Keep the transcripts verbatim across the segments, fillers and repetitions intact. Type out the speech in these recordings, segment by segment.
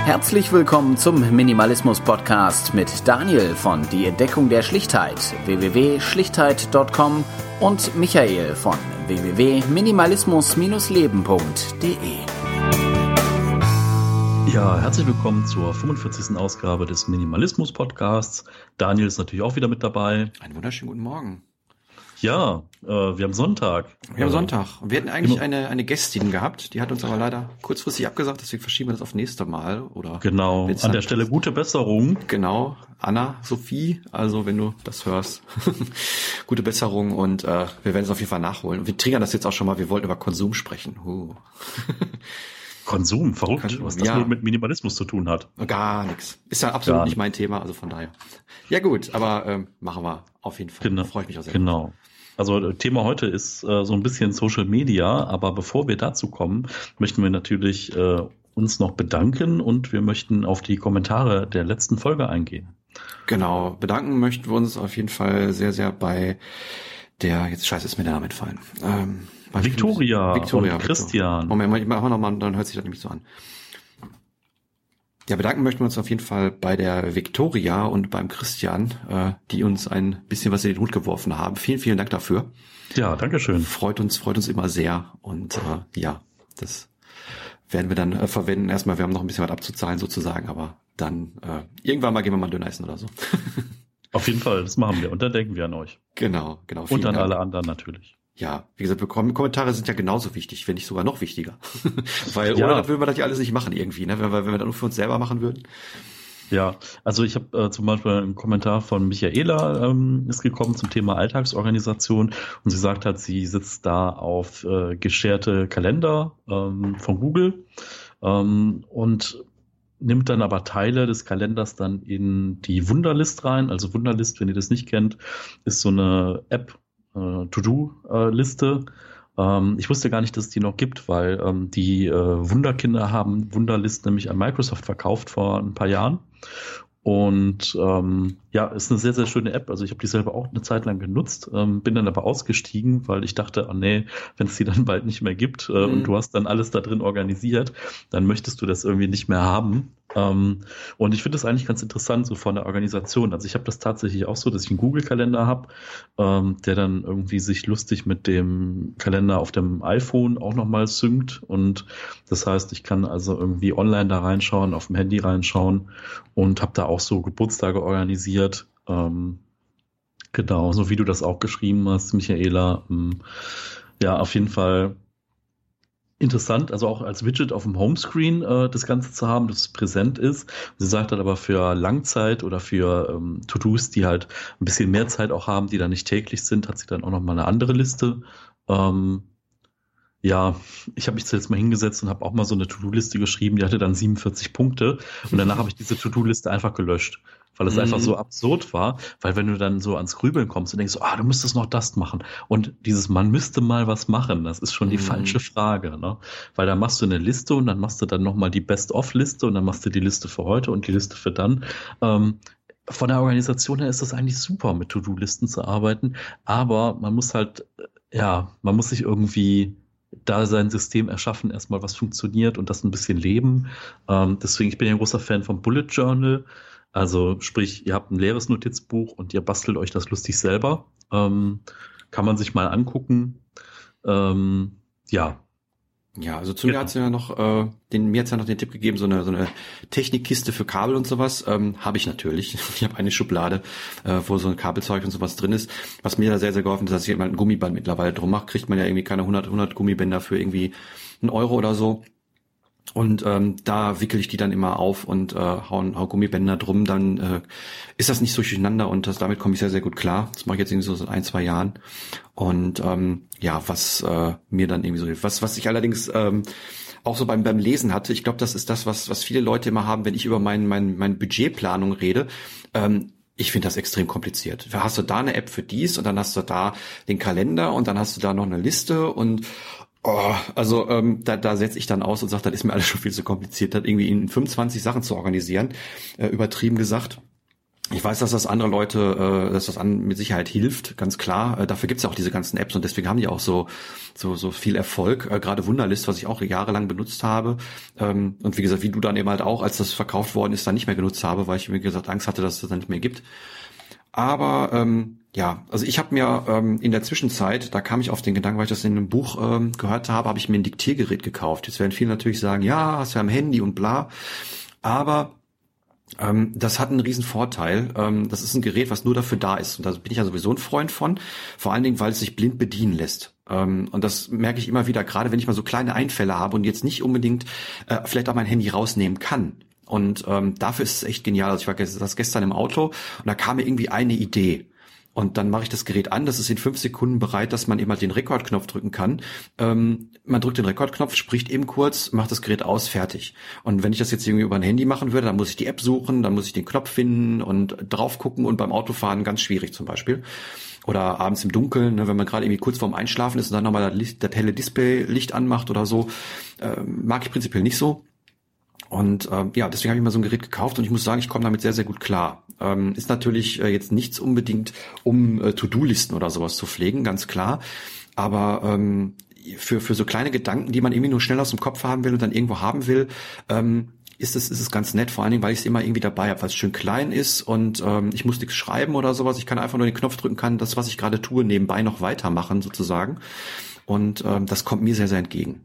Herzlich willkommen zum Minimalismus-Podcast mit Daniel von Die Entdeckung der Schlichtheit w w w punkt schlichtheit punkt com und Michael von w w w punkt minimalismus leben punkt de. Ja, herzlich willkommen zur fünfundvierzigsten Ausgabe des Minimalismus-Podcasts. Daniel ist natürlich auch wieder mit dabei. Einen wunderschönen guten Morgen. Ja, äh, wir haben Sonntag. Wir haben Sonntag. Wir hätten eigentlich eine eine Gästin gehabt, die hat uns aber leider kurzfristig abgesagt, deswegen verschieben wir das auf nächste Mal. Oder genau, an der Stelle gute Besserung. Genau, Anna, Sophie, also wenn du das hörst, gute Besserung und äh, wir werden es auf jeden Fall nachholen. Wir triggern das jetzt auch schon mal, wir wollten über Konsum sprechen. Uh. Konsum, verrückt, Konsum, was das ja. wohl mit Minimalismus zu tun hat. Gar nichts. Ist ja absolut Gar nicht mein Thema, also von daher. Ja gut, aber ähm, machen wir auf jeden Fall. Genau. Da freue ich mich auch sehr. Genau. Also Thema heute ist äh, so ein bisschen Social Media, aber bevor wir dazu kommen, möchten wir natürlich äh, uns noch bedanken und wir möchten auf die Kommentare der letzten Folge eingehen. Genau, bedanken möchten wir uns auf jeden Fall sehr, sehr bei der, jetzt scheiße, ist mir der Name entfallen. Ähm, Victoria, Victoria und Christian. Moment, Moment, machen wir nochmal, dann hört sich das nämlich so an. Ja, bedanken möchten wir uns auf jeden Fall bei der Victoria und beim Christian, äh, die uns ein bisschen was in den Hut geworfen haben. Vielen, vielen Dank dafür. Ja, danke schön. Freut uns, freut uns immer sehr. Und äh, ja, das werden wir dann äh, verwenden. Erstmal, wir haben noch ein bisschen was abzuzahlen sozusagen, aber dann äh, irgendwann mal gehen wir mal Döner essen oder so. Auf jeden Fall, das machen wir. Und dann denken wir an euch. Genau, genau. Und an Dank. alle anderen natürlich. Ja, wie gesagt, Kommentare sind ja genauso wichtig, wenn nicht sogar noch wichtiger. Weil ja. Ohne das würden wir das ja alles nicht machen irgendwie, ne? Wenn wir, wenn wir das nur für uns selber machen würden. Ja, also ich habe äh, zum Beispiel einen Kommentar von Michaela ähm, ist gekommen zum Thema Alltagsorganisation und sie sagt halt, sie sitzt da auf äh, gescherte Kalender ähm, von Google ähm, und nimmt dann aber Teile des Kalenders dann in die Wunderlist rein. Also Wunderlist, wenn ihr das nicht kennt, ist so eine App, äh, To-Do-Liste. Ähm, ich wusste gar nicht, dass es die noch gibt, weil ähm, die äh, Wunderkinder haben Wunderlist nämlich an Microsoft verkauft vor ein paar Jahren. Und ähm, ja, ist eine sehr, sehr schöne App. Also ich habe die selber auch eine Zeit lang genutzt, ähm, bin dann aber ausgestiegen, weil ich dachte, oh nee, wenn es die dann bald nicht mehr gibt äh, mhm. und du hast dann alles da drin organisiert, dann möchtest du das irgendwie nicht mehr haben. Ähm, und ich finde das eigentlich ganz interessant, so von der Organisation. Also ich habe das tatsächlich auch so, dass ich einen Google-Kalender habe, ähm, der dann irgendwie sich lustig mit dem Kalender auf dem iPhone auch nochmal synkt. Und das heißt, ich kann also irgendwie online da reinschauen, auf dem Handy reinschauen und habe da auch so Geburtstage organisiert. Ähm, genau, so wie du das auch geschrieben hast, Michaela. Ähm, ja, auf jeden Fall interessant, also auch als Widget auf dem Homescreen äh, das Ganze zu haben, das präsent ist. Sie sagt halt aber für Langzeit oder für ähm, To-Dos, die halt ein bisschen mehr Zeit auch haben, die dann nicht täglich sind, hat sie dann auch nochmal eine andere Liste. Ähm, ja, ich habe mich zuletzt mal hingesetzt und habe auch mal so eine To-Do-Liste geschrieben, die hatte dann siebenundvierzig Punkte und danach habe ich diese To-Do-Liste einfach gelöscht, weil es mhm. einfach so absurd war, weil wenn du dann so ans Grübeln kommst und denkst, so, ah, du müsstest noch das machen und dieses, man müsste mal was machen, das ist schon die mhm. falsche Frage, ne? Weil da machst du eine Liste und dann machst du dann nochmal die Best-of-Liste und dann machst du die Liste für heute und die Liste für dann. Ähm, von der Organisation her ist das eigentlich super, mit To-Do-Listen zu arbeiten, aber man muss halt, ja, man muss sich irgendwie da sein System erschaffen, erstmal was funktioniert und das ein bisschen leben. Ähm, deswegen, ich bin ja ein großer Fan vom Bullet Journal. Also sprich, ihr habt ein leeres Notizbuch und ihr bastelt euch das lustig selber. Ähm, kann man sich mal angucken. Ähm, ja. Ja, also zu mir hat's ja noch, äh, den, mir hat's ja noch den Tipp gegeben, so eine so eine Technikkiste für Kabel und sowas, ähm, habe ich natürlich. Ich habe eine Schublade, äh, wo so ein Kabelzeug und sowas drin ist. Was mir da sehr, sehr geholfen ist, dass ich immer ein Gummiband mittlerweile drum mache, kriegt man ja irgendwie keine hundert, hundert Gummibänder für irgendwie einen Euro oder so. Und ähm, da wickel ich die dann immer auf und äh, hau, hau Gummibänder drum, dann äh, ist das nicht so durcheinander und das, damit komme ich sehr, sehr gut klar. Das mache ich jetzt irgendwie so seit ein, zwei Jahren. Und ähm, ja, was äh, mir dann irgendwie so hilft. Was, was ich allerdings ähm, auch so beim beim Lesen hatte, ich glaube, das ist das, was was viele Leute immer haben, wenn ich über mein, mein, meine Budgetplanung rede. Ähm, Ich finde das extrem kompliziert. Da hast du da eine App für dies und dann hast du da den Kalender und dann hast du da noch eine Liste und oh, also ähm, da, da setze ich dann aus und sage, das ist mir alles schon viel zu kompliziert, das irgendwie in fünfundzwanzig Sachen zu organisieren, äh, übertrieben gesagt. Ich weiß, dass das andere Leute, äh, dass das an, mit Sicherheit hilft, ganz klar. Äh, dafür gibt's ja auch diese ganzen Apps und deswegen haben die auch so so so viel Erfolg. Äh, gerade Wunderlist, was ich auch jahrelang benutzt habe. Ähm, und wie gesagt, wie du dann eben halt auch, als das verkauft worden ist, dann nicht mehr genutzt habe, weil ich, wie gesagt, Angst hatte, dass es das dann nicht mehr gibt. Aber ähm, ja, also ich habe mir ähm, in der Zwischenzeit, da kam ich auf den Gedanken, weil ich das in einem Buch ähm, gehört habe, habe ich mir ein Diktiergerät gekauft. Jetzt werden viele natürlich sagen, ja, hast du ja am Handy und bla. Aber Ähm, das hat einen riesen Vorteil. Ähm, das ist ein Gerät, was nur dafür da ist. Und da bin ich ja sowieso ein Freund von. Vor allen Dingen, weil es sich blind bedienen lässt. Ähm, und das merke ich immer wieder, gerade wenn ich mal so kleine Einfälle habe und jetzt nicht unbedingt äh, vielleicht auch mein Handy rausnehmen kann. Und ähm, dafür ist es echt genial. Also ich war das gestern im Auto und da kam mir irgendwie eine Idee. Und dann mache ich das Gerät an, das ist in fünf Sekunden bereit, dass man eben halt den Rekordknopf drücken kann. Ähm, man drückt den Rekordknopf, spricht eben kurz, macht das Gerät aus, fertig. Und wenn ich das jetzt irgendwie über ein Handy machen würde, dann muss ich die App suchen, dann muss ich den Knopf finden und drauf gucken und beim Autofahren ganz schwierig zum Beispiel. Oder abends im Dunkeln, ne, wenn man gerade irgendwie kurz vorm Einschlafen ist und dann nochmal das, Licht, das helle Display-Licht anmacht oder so, äh, mag ich prinzipiell nicht so. Und ähm, ja, deswegen habe ich mal so ein Gerät gekauft und ich muss sagen, ich komme damit sehr, sehr gut klar. Ähm, ist natürlich äh, jetzt nichts unbedingt, um äh, To-Do-Listen oder sowas zu pflegen, ganz klar. Aber ähm, für für so kleine Gedanken, die man irgendwie nur schnell aus dem Kopf haben will und dann irgendwo haben will, ähm, ist es ist es ganz nett, vor allen Dingen, weil ich es immer irgendwie dabei habe, weil es schön klein ist und ähm, ich muss nichts schreiben oder sowas. Ich kann einfach nur den Knopf drücken, kann das, was ich gerade tue, nebenbei noch weitermachen sozusagen. Und ähm, das kommt mir sehr, sehr entgegen.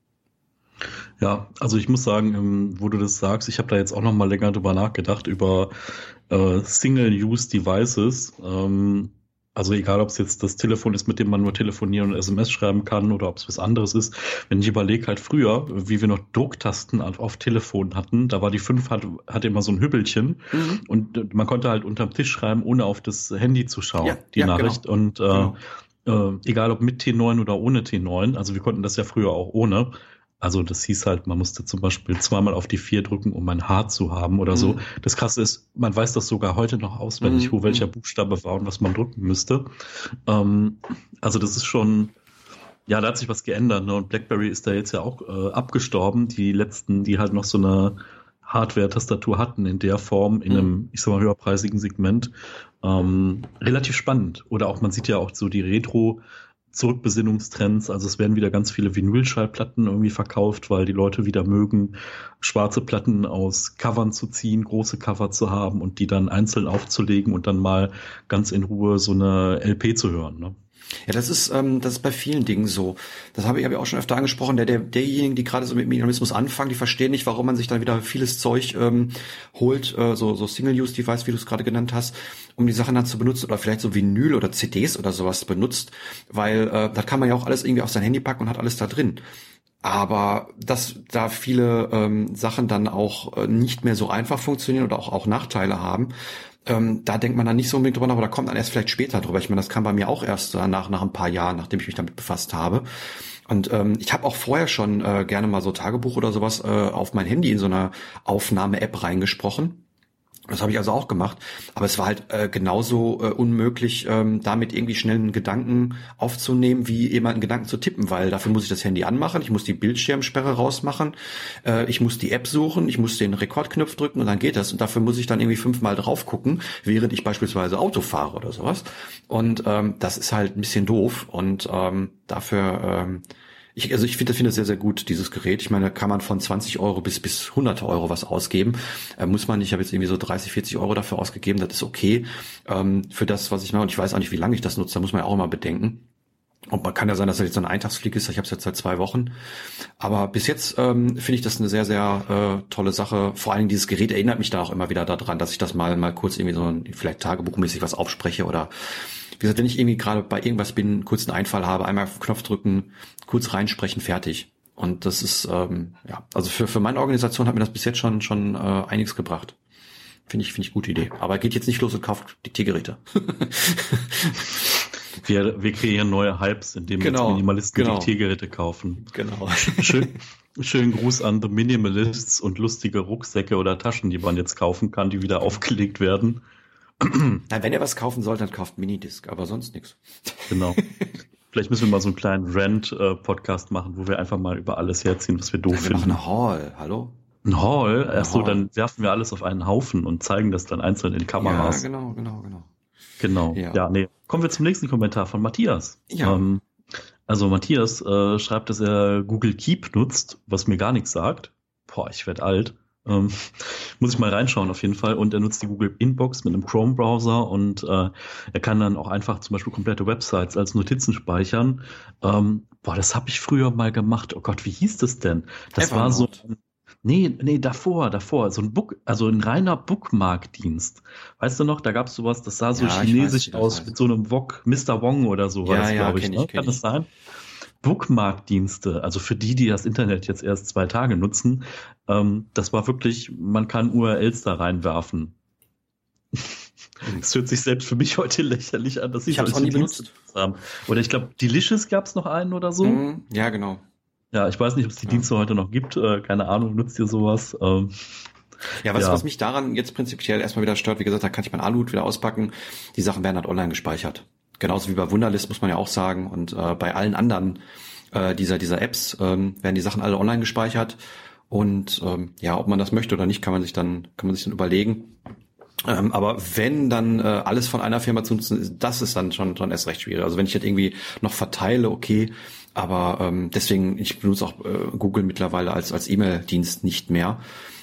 Ja, also ich muss sagen, wo du das sagst, ich habe da jetzt auch noch mal länger drüber nachgedacht, über äh, Single-Use-Devices. Ähm, also egal, ob es jetzt das Telefon ist, mit dem man nur telefonieren und S M S schreiben kann oder ob es was anderes ist. Wenn ich überlege halt früher, wie wir noch Drucktasten auf, auf Telefon hatten, da war die fünf, hat, hatte immer so ein Hübbelchen mhm. und man konnte halt unterm Tisch schreiben, ohne auf das Handy zu schauen, ja, die ja, Nachricht. Genau. Und äh, genau. äh, egal ob mit T neun oder ohne T neun, also wir konnten das ja früher auch ohne. Also das hieß halt, man musste zum Beispiel zweimal auf die vier drücken, um ein H zu haben oder mhm. so. Das Krasse ist, man weiß das sogar heute noch auswendig, mhm. wo welcher Buchstabe war und was man drücken müsste. Ähm, also das ist schon, ja, da hat sich was geändert. Ne? Und BlackBerry ist da jetzt ja auch äh, abgestorben. Die letzten, die halt noch so eine Hardware-Tastatur hatten in der Form, in mhm. einem, ich sag mal, höherpreisigen Segment. Ähm, relativ spannend. Oder auch, man sieht ja auch so die Retro- Zurückbesinnungstrends, also es werden wieder ganz viele Vinylschallplatten irgendwie verkauft, weil die Leute wieder mögen, schwarze Platten aus Covern zu ziehen, große Cover zu haben und die dann einzeln aufzulegen und dann mal ganz in Ruhe so eine L P zu hören, ne? Ja, das ist ähm, das ist bei vielen Dingen so. Das habe ich, hab ich auch schon öfter angesprochen. Der, der derjenigen, die gerade so mit Minimalismus anfangen, die verstehen nicht, warum man sich dann wieder vieles Zeug ähm, holt, äh, so so Single-Use-Device, wie du es gerade genannt hast, um die Sachen dann zu benutzen oder vielleicht so Vinyl oder C Ds oder sowas benutzt, weil äh, da kann man ja auch alles irgendwie auf sein Handy packen und hat alles da drin. Aber dass da viele ähm, Sachen dann auch äh, nicht mehr so einfach funktionieren oder auch auch Nachteile haben, Ähm, da denkt man dann nicht so unbedingt drüber nach, aber da kommt dann erst vielleicht später drüber. Ich meine, das kam bei mir auch erst nach nach ein paar Jahren, nachdem ich mich damit befasst habe. Und ähm, ich habe auch vorher schon äh, gerne mal so Tagebuch oder sowas äh, auf mein Handy in so einer Aufnahme-App reingesprochen. Das habe ich also auch gemacht, aber es war halt äh, genauso äh, unmöglich, ähm, damit irgendwie schnell einen Gedanken aufzunehmen, wie jemanden Gedanken zu tippen, weil dafür muss ich das Handy anmachen, ich muss die Bildschirmsperre rausmachen, äh, ich muss die App suchen, ich muss den Rekordknopf drücken und dann geht das. Und dafür muss ich dann irgendwie fünfmal drauf gucken, während ich beispielsweise Auto fahre oder sowas. Und ähm, das ist halt ein bisschen doof und ähm, dafür... Ähm, Ich, also ich finde, das finde das sehr, sehr gut, dieses Gerät. Ich meine, da kann man von zwanzig Euro bis bis hundert Euro was ausgeben. Äh, muss man nicht, ich habe jetzt irgendwie so dreißig, vierzig Euro dafür ausgegeben, das ist okay. Ähm, für das, was ich mache, und ich weiß auch nicht, wie lange ich das nutze, da muss man ja auch immer bedenken. Und man kann ja sein, dass das jetzt so eine Eintagsfliege ist, ich habe es jetzt seit zwei Wochen. Aber bis jetzt ähm, finde ich das eine sehr, sehr äh, tolle Sache. Vor allem dieses Gerät erinnert mich da auch immer wieder daran, dass ich das mal mal kurz irgendwie so ein, vielleicht tagebuchmäßig was aufspreche oder wie gesagt, wenn ich irgendwie gerade bei irgendwas bin, einen kurzen Einfall habe, einmal auf den Knopf drücken, kurz reinsprechen, fertig. Und das ist, ähm, ja, also für für meine Organisation hat mir das bis jetzt schon schon äh, einiges gebracht. Finde ich, finde ich gute Idee. Aber geht jetzt nicht los und kauft Diktiergeräte. wir, wir kreieren neue Hypes, indem genau, jetzt Minimalisten genau. Diktiergeräte kaufen. Genau. Schön, schönen Gruß an The Minimalists und lustige Rucksäcke oder Taschen, die man jetzt kaufen kann, die wieder aufgelegt werden. Na, wenn ihr was kaufen sollt, dann kauft Minidisc, aber sonst nichts. Genau. Vielleicht müssen wir mal so einen kleinen Rant-Podcast machen, wo wir einfach mal über alles herziehen, was wir doof ja, wir finden. machen eine Haul, hallo? Ein Hall? Achso, dann werfen wir alles auf einen Haufen und zeigen das dann einzeln in Kameras. Ja, genau, genau, genau. Genau, ja. ja, nee. Kommen wir zum nächsten Kommentar von Matthias. Ja. Ähm, also Matthias äh, schreibt, dass er Google Keep nutzt, was mir gar nichts sagt. Boah, ich werd alt. Ähm, muss ich mal reinschauen auf jeden Fall. Und er nutzt die Google Inbox mit einem Chrome-Browser und äh, er kann dann auch einfach zum Beispiel komplette Websites als Notizen speichern. Ähm, boah, das habe ich früher mal gemacht. Oh Gott, wie hieß das denn? Das Evernote. war so... Nee, nee, davor, davor, so ein Book, also ein reiner Bookmark-Dienst. Weißt du noch, da gab's sowas, das sah so Ja, ich chinesisch weiß, wie das aus, heißt. mit so einem Wok, Mister Wong oder so war Ja, das, ja, glaube ich, kenn ne? ich, kenn Kann das ich. sein? Bookmark-Dienste, also für die, die das Internet jetzt erst zwei Tage nutzen, ähm, das war wirklich, man kann U R Ls da reinwerfen. Es hört sich selbst für mich heute lächerlich an, dass ich Ich hab's auch nie benutzt. haben. Oder ich glaube, Delicious gab's noch einen oder so. Mhm, ja, genau. Ja, ich weiß nicht, ob es die Ja. Dienste heute noch gibt. Äh, keine Ahnung, nutzt ihr sowas? Ähm, Ja, was, Ja. was mich daran jetzt prinzipiell erstmal wieder stört, wie gesagt, da kann ich meinen Aluhut wieder auspacken. Die Sachen werden halt online gespeichert. Genauso wie bei Wunderlist, muss man ja auch sagen. Und äh, bei allen anderen äh, dieser dieser Apps ähm, werden die Sachen alle online gespeichert. Und ähm, ja, ob man das möchte oder nicht, kann man sich dann kann man sich dann überlegen. Ähm, aber wenn dann äh, alles von einer Firma zu nutzen ist, das ist dann schon schon erst recht schwierig. Also wenn ich jetzt irgendwie noch verteile, okay, aber ähm, deswegen, ich benutze auch äh, Google mittlerweile als als E-Mail-Dienst nicht mehr.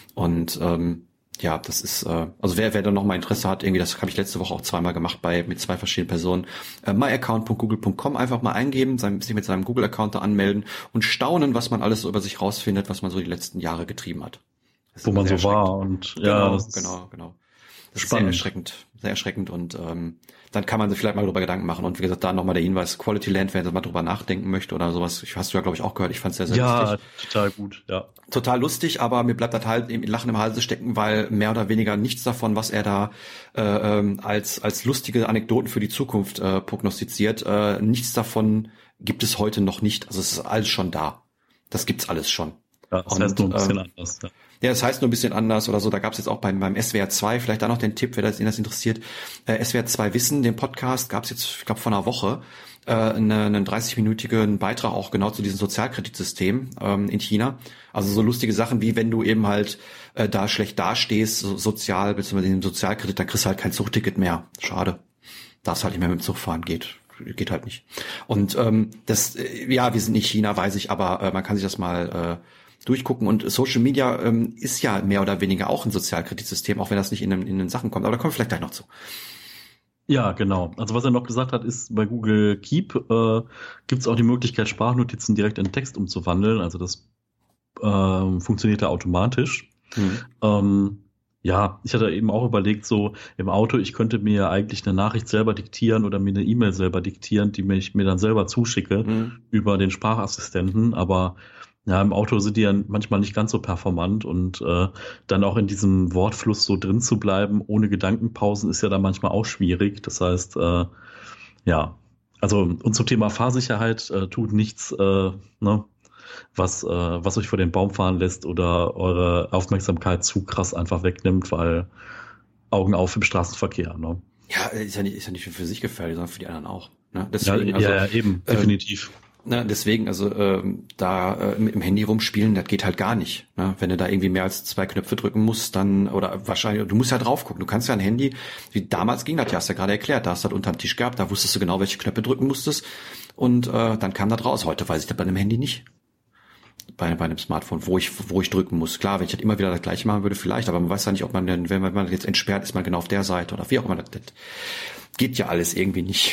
Und ähm, ja, das ist, äh, also wer wer da noch mal Interesse hat, irgendwie, das habe ich letzte Woche auch zweimal gemacht bei mit zwei verschiedenen Personen, äh, myaccount punkt google punkt com einfach mal eingeben, sein, sich mit seinem Google-Account da anmelden und staunen, was man alles so über sich rausfindet, was man so die letzten Jahre getrieben hat. Das ist wo man sehr so war erschreckend. und ja, Genau, das ist genau, genau. Das spannend. ist sehr erschreckend, sehr erschreckend und ähm, dann kann man sich vielleicht mal darüber Gedanken machen. Und wie gesagt, da nochmal der Hinweis, Quality Land, wer mal drüber nachdenken möchte oder sowas, ich hast du ja, glaube ich, auch gehört, ich fand es sehr, sehr ja, lustig. total gut, ja. Total lustig, aber mir bleibt das halt im Lachen im Halse stecken, weil mehr oder weniger nichts davon, was er da äh, ähm, als als lustige Anekdoten für die Zukunft äh, prognostiziert, äh, nichts davon gibt es heute noch nicht. Also es ist alles schon da. Das gibt's alles schon. Ja, das Und, heißt nur ein bisschen ähm, anders. Ja. Ja, das heißt nur ein bisschen anders oder so. Da gab es jetzt auch beim beim S W R zwei, vielleicht da noch den Tipp, wer das, ihn das interessiert. Äh, S W R zwei Wissen, den Podcast, gab es jetzt, ich glaube, vor einer Woche äh, eine, einen dreißig-minütigen Beitrag auch genau zu diesem Sozialkreditsystem ähm, in China. Also so lustige Sachen wie, wenn du eben halt äh, da schlecht dastehst, so, sozial, beziehungsweise den Sozialkredit, dann kriegst du halt kein Zugticket mehr. Schade. Darfst halt nicht mehr mit dem Zug fahren, geht. Geht halt nicht. Und ähm, das, äh, ja, wir sind nicht China, weiß ich, aber äh, man kann sich das mal äh, durchgucken und Social Media ähm, ist ja mehr oder weniger auch ein Sozialkreditsystem, auch wenn das nicht in den, in den Sachen kommt, aber da kommen wir vielleicht gleich noch zu. Ja, genau. Also was er noch gesagt hat, ist, bei Google Keep äh, gibt es auch die Möglichkeit, Sprachnotizen direkt in Text umzuwandeln. Also das äh, funktioniert ja automatisch. Mhm. Ähm, ja, ich hatte eben auch überlegt, so im Auto, ich könnte mir eigentlich eine Nachricht selber diktieren oder mir eine E-Mail selber diktieren, die ich mir dann selber zuschicke Mhm. über den Sprachassistenten, aber ja, im Auto sind die ja manchmal nicht ganz so performant und äh, dann auch in diesem Wortfluss so drin zu bleiben, ohne Gedankenpausen, ist ja dann manchmal auch schwierig. Das heißt, äh, ja, also und zum Thema Fahrsicherheit äh, tut nichts, äh, ne, was, äh, was euch vor den Baum fahren lässt oder eure Aufmerksamkeit zu krass einfach wegnimmt, weil Augen auf im Straßenverkehr. Ne? Ja, ist ja nicht, ist ja nicht für sich gefährlich, sondern für die anderen auch. Ne? Ja, Deswegen, also, ja, ja, eben, äh, definitiv. Ne, deswegen, also ähm, da äh, mit dem Handy rumspielen, das geht halt gar nicht. Ne? Wenn du da irgendwie mehr als zwei Knöpfe drücken musst, dann, oder wahrscheinlich, du musst ja drauf gucken. Du kannst ja ein Handy, wie damals ging das ja, hast du ja gerade erklärt, da hast du das unterm Tisch gehabt, da wusstest du genau, welche Knöpfe drücken musstest und äh, dann kam das raus. Heute weiß ich das bei einem Handy nicht. Bei, bei einem Smartphone, wo ich wo ich drücken muss. Klar, wenn ich das immer wieder das gleiche machen würde, vielleicht, aber man weiß ja nicht, ob man denn, wenn man, wenn man jetzt entsperrt, ist man genau auf der Seite oder wie auch immer. Das, das geht ja alles irgendwie nicht.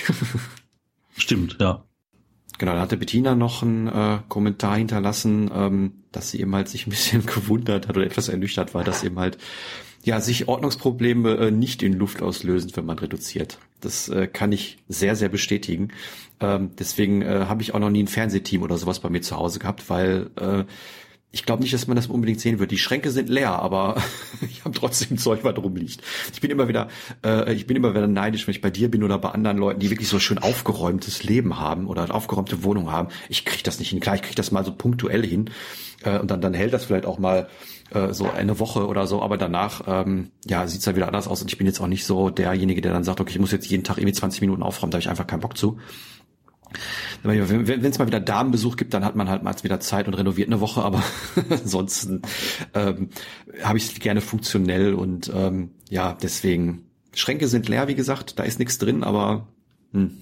Stimmt, ja. Genau, da hatte Bettina noch einen äh, Kommentar hinterlassen, ähm, dass sie eben halt sich ein bisschen gewundert hat oder etwas ernüchtert war, dass eben halt ja sich Ordnungsprobleme äh, nicht in Luft auslösen, wenn man reduziert. Das äh, kann ich sehr, sehr bestätigen. Ähm, deswegen äh, habe ich auch noch nie ein Fernsehteam oder sowas bei mir zu Hause gehabt, weil äh, ich glaube nicht, dass man das unbedingt sehen wird. Die Schränke sind leer, aber ich habe trotzdem Zeug, was rumliegt. Ich bin immer wieder, äh, ich bin immer wieder neidisch, wenn ich bei dir bin oder bei anderen Leuten, die wirklich so schön aufgeräumtes Leben haben oder aufgeräumte Wohnung haben. Ich kriege das nicht hin. Klar, ich kriege das mal so punktuell hin äh, und dann dann hält das vielleicht auch mal äh, so eine Woche oder so, aber danach ähm, ja sieht's dann wieder anders aus und ich bin jetzt auch nicht so derjenige, der dann sagt, okay, ich muss jetzt jeden Tag irgendwie zwanzig Minuten aufräumen, da habe ich einfach keinen Bock zu. Wenn es mal wieder Damenbesuch gibt, dann hat man halt mal wieder Zeit und renoviert eine Woche, aber ansonsten ähm, habe ich es gerne funktionell und ähm, ja, deswegen, Schränke sind leer, wie gesagt, da ist nichts drin, aber hm.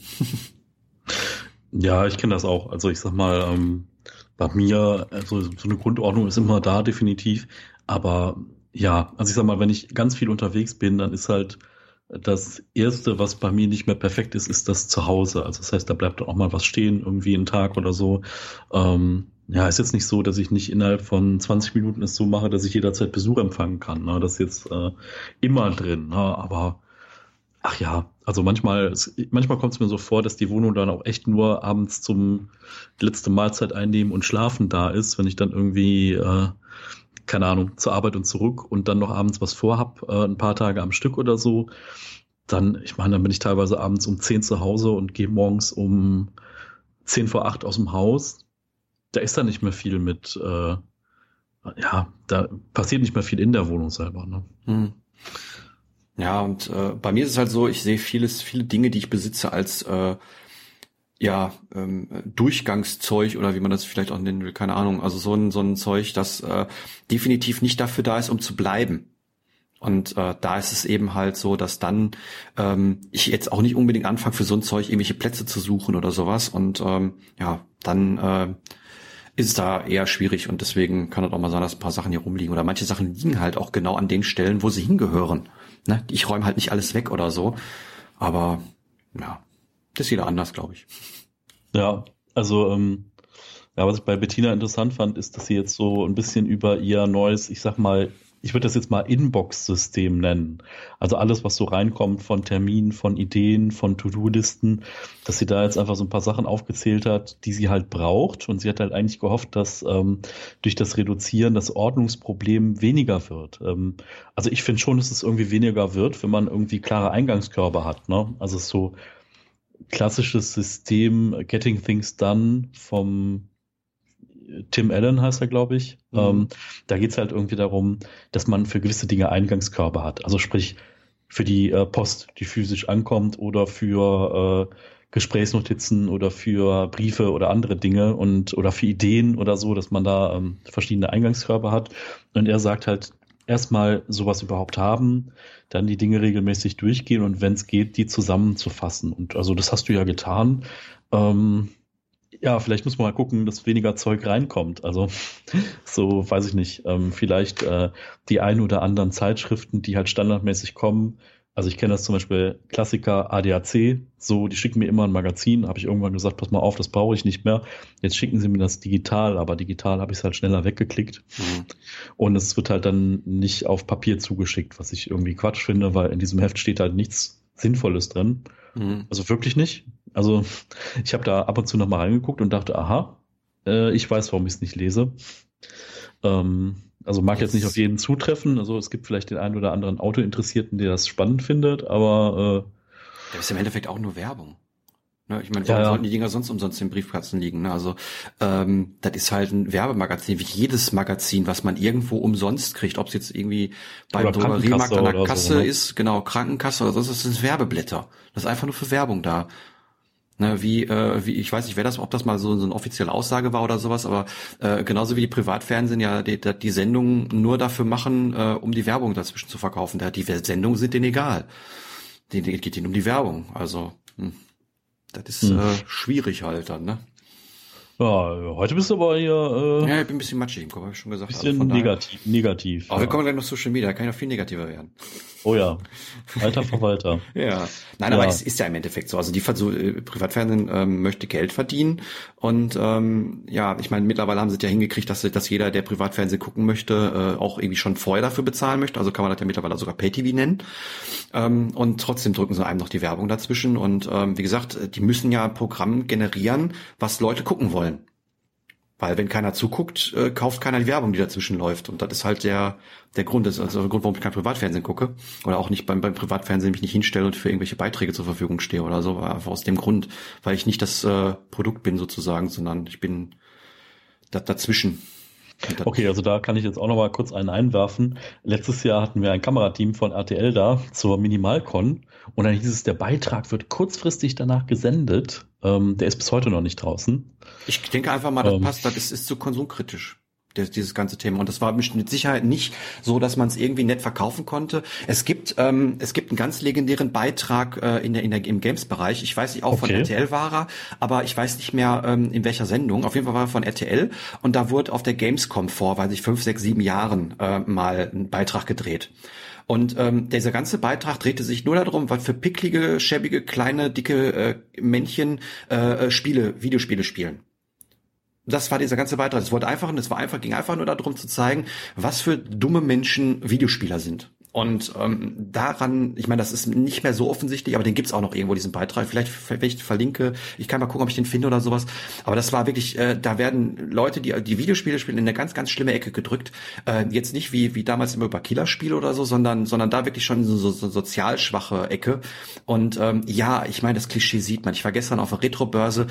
Ja, ich kenne das auch. Also ich sag mal, ähm, bei mir, also so eine Grundordnung ist immer da, definitiv, aber ja, also ich sag mal, wenn ich ganz viel unterwegs bin, dann ist halt das Erste, was bei mir nicht mehr perfekt ist, ist das Zuhause. Also das heißt, da bleibt dann auch mal was stehen, irgendwie einen Tag oder so. Ähm, ja, ist jetzt nicht so, dass ich nicht innerhalb von zwanzig Minuten es so mache, dass ich jederzeit Besuch empfangen kann. Ne? Das ist jetzt äh, immer drin. Ne? Aber ach ja, also manchmal, manchmal kommt es mir so vor, dass die Wohnung dann auch echt nur abends zum letzte Mahlzeit einnehmen und schlafen da ist, wenn ich dann irgendwie äh, keine Ahnung, zur Arbeit und zurück und dann noch abends was vorhab, äh, ein paar Tage am Stück oder so, dann, ich meine, dann bin ich teilweise abends um zehn zu Hause und gehe morgens um zehn vor acht aus dem Haus. Da ist dann nicht mehr viel mit, äh, ja, da passiert nicht mehr viel in der Wohnung selber. Ne? Hm. Ja, und äh, bei mir ist es halt so, ich sehe vieles, viele Dinge, die ich besitze, als äh, ja, ähm, Durchgangszeug oder wie man das vielleicht auch nennen will, keine Ahnung. Also so ein so ein Zeug, das äh, definitiv nicht dafür da ist, um zu bleiben. Und äh, da ist es eben halt so, dass dann ähm, ich jetzt auch nicht unbedingt anfange, für so ein Zeug irgendwelche Plätze zu suchen oder sowas. Und ähm, ja, dann äh, ist es da eher schwierig. Und deswegen kann es auch mal sein, dass ein paar Sachen hier rumliegen. Oder manche Sachen liegen halt auch genau an den Stellen, wo sie hingehören. Ne? Ich räume halt nicht alles weg oder so. Aber ja, das ist jeder anders, glaube ich. Ja, also ähm, ja, was ich bei Bettina interessant fand, ist, dass sie jetzt so ein bisschen über ihr neues, ich sag mal, ich würde das jetzt mal Inbox-System nennen. Also alles, was so reinkommt von Terminen, von Ideen, von To-Do-Listen, dass sie da jetzt einfach so ein paar Sachen aufgezählt hat, die sie halt braucht. Und sie hat halt eigentlich gehofft, dass ähm, durch das Reduzieren das Ordnungsproblem weniger wird. Ähm, also ich finde schon, dass es irgendwie weniger wird, wenn man irgendwie klare Eingangskörbe hat. Ne? Also so klassisches System Getting Things Done vom Tim Allen heißt er, glaube ich. Mhm. Ähm, da geht es halt irgendwie darum, dass man für gewisse Dinge Eingangskörbe hat. Also sprich für die äh, Post, die physisch ankommt oder für äh, Gesprächsnotizen oder für Briefe oder andere Dinge und oder für Ideen oder so, dass man da ähm, verschiedene Eingangskörbe hat. Und er sagt halt, erstmal sowas überhaupt haben, dann die Dinge regelmäßig durchgehen und wenn es geht, die zusammenzufassen. Und also das hast du ja getan. Ähm, ja, vielleicht muss man mal gucken, dass weniger Zeug reinkommt. Also so, weiß ich nicht, ähm, vielleicht äh, die ein oder anderen Zeitschriften, die halt standardmäßig kommen. Also ich kenne das zum Beispiel Klassiker A D A C, so, die schicken mir immer ein Magazin, habe ich irgendwann gesagt, pass mal auf, das brauche ich nicht mehr. Jetzt schicken sie mir das digital, aber digital habe ich es halt schneller weggeklickt. Mhm. Und es wird halt dann nicht auf Papier zugeschickt, was ich irgendwie Quatsch finde, weil in diesem Heft steht halt nichts Sinnvolles drin. Mhm. Also wirklich nicht. Also ich habe da ab und zu noch mal reingeguckt und dachte, aha, äh, ich weiß, warum ich es nicht lese. Ähm, Also mag jetzt nicht auf jeden zutreffen. Also es gibt vielleicht den einen oder anderen Autointeressierten, der das spannend findet, aber äh, das ist im Endeffekt auch nur Werbung. Ne, ich meine, warum ja, sollten die Dinger sonst umsonst im Briefkasten liegen? Ne? Also ähm, das ist halt ein Werbemagazin, wie jedes Magazin, was man irgendwo umsonst kriegt. Ob es jetzt irgendwie beim Drogeriemarkt an der Kasse so, ne? ist, genau, Krankenkasse oder so, das sind Werbeblätter. Das ist einfach nur für Werbung da. Ne, wie, äh, wie, ich weiß nicht, wer das, ob das mal so, so eine offizielle Aussage war oder sowas, aber äh, genauso wie die Privatfernsehen ja die, die Sendungen nur dafür machen, äh, um die Werbung dazwischen zu verkaufen. Die Sendungen sind denen egal. Die, die geht ihnen um die Werbung. Also, hm, das ist hm. äh, schwierig halt dann, ne? Ja, heute bist du aber hier... Äh, ja, ich bin ein bisschen matschig im Kopf, habe ich schon gesagt. Bisschen also negativ. negativ aber ja. Wir kommen gleich noch Social Media, da kann ja noch viel negativer werden. Oh ja, Alter Verwalter. ja, nein, ja. aber es ist ja im Endeffekt so. Also die so, äh, Privatfernsehen ähm, möchte Geld verdienen und ähm, ja, ich meine, mittlerweile haben sie es ja hingekriegt, dass, dass jeder, der Privatfernsehen gucken möchte, äh, auch irgendwie schon vorher dafür bezahlen möchte. Also kann man das ja mittlerweile sogar Pay-T V nennen. Ähm, und trotzdem drücken sie einem noch die Werbung dazwischen. Und ähm, wie gesagt, die müssen ja ein Programm generieren, was Leute gucken wollen. Weil wenn keiner zuguckt, äh, kauft keiner die Werbung, die dazwischen läuft. Und das ist halt der der Grund, das ist also der Grund, warum ich kein Privatfernsehen gucke. Oder auch nicht beim, beim Privatfernsehen mich nicht hinstelle und für irgendwelche Beiträge zur Verfügung stehe oder so. Einfach aus dem Grund, weil ich nicht das äh, Produkt bin sozusagen, sondern ich bin da, dazwischen. Okay, also da kann ich jetzt auch noch mal kurz einen einwerfen. Letztes Jahr hatten wir ein Kamerateam von R T L da zur Minimalcon und dann hieß es, der Beitrag wird kurzfristig danach gesendet. Ähm, der ist bis heute noch nicht draußen. Ich denke einfach mal, das ähm, passt, das ist, ist zu konsumkritisch. Das, dieses ganze Thema. Und das war mit Sicherheit nicht so, dass man es irgendwie nett verkaufen konnte. Es gibt ähm, es gibt einen ganz legendären Beitrag äh, in der, in der im Games-Bereich. Ich weiß nicht, auch von Okay. R T L war er, aber ich weiß nicht mehr ähm, in welcher Sendung. Auf jeden Fall war er von R T L und da wurde auf der Gamescom vor, weiß ich, fünf, sechs, sieben Jahren äh, mal ein Beitrag gedreht. Und ähm, dieser ganze Beitrag drehte sich nur darum, was für picklige, schäbige, kleine, dicke äh, Männchen äh, Spiele, Videospiele spielen. Das war dieser ganze Beitrag. Es wurde einfach, es war einfach, ging einfach nur darum zu zeigen, was für dumme Menschen Videospieler sind. Und ähm, daran, ich meine, das ist nicht mehr so offensichtlich, aber den gibt's auch noch irgendwo, diesen Beitrag. Vielleicht, vielleicht verlinke, ich kann mal gucken, ob ich den finde oder sowas. Aber das war wirklich, äh, da werden Leute, die die Videospiele spielen, in eine ganz, ganz schlimme Ecke gedrückt. Äh, jetzt nicht wie wie damals immer über Killerspiele oder so, sondern sondern da wirklich schon so, so, so sozial schwache Ecke. Und ähm, ja, ich meine, das Klischee sieht man. Ich war gestern auf der Retrobörse.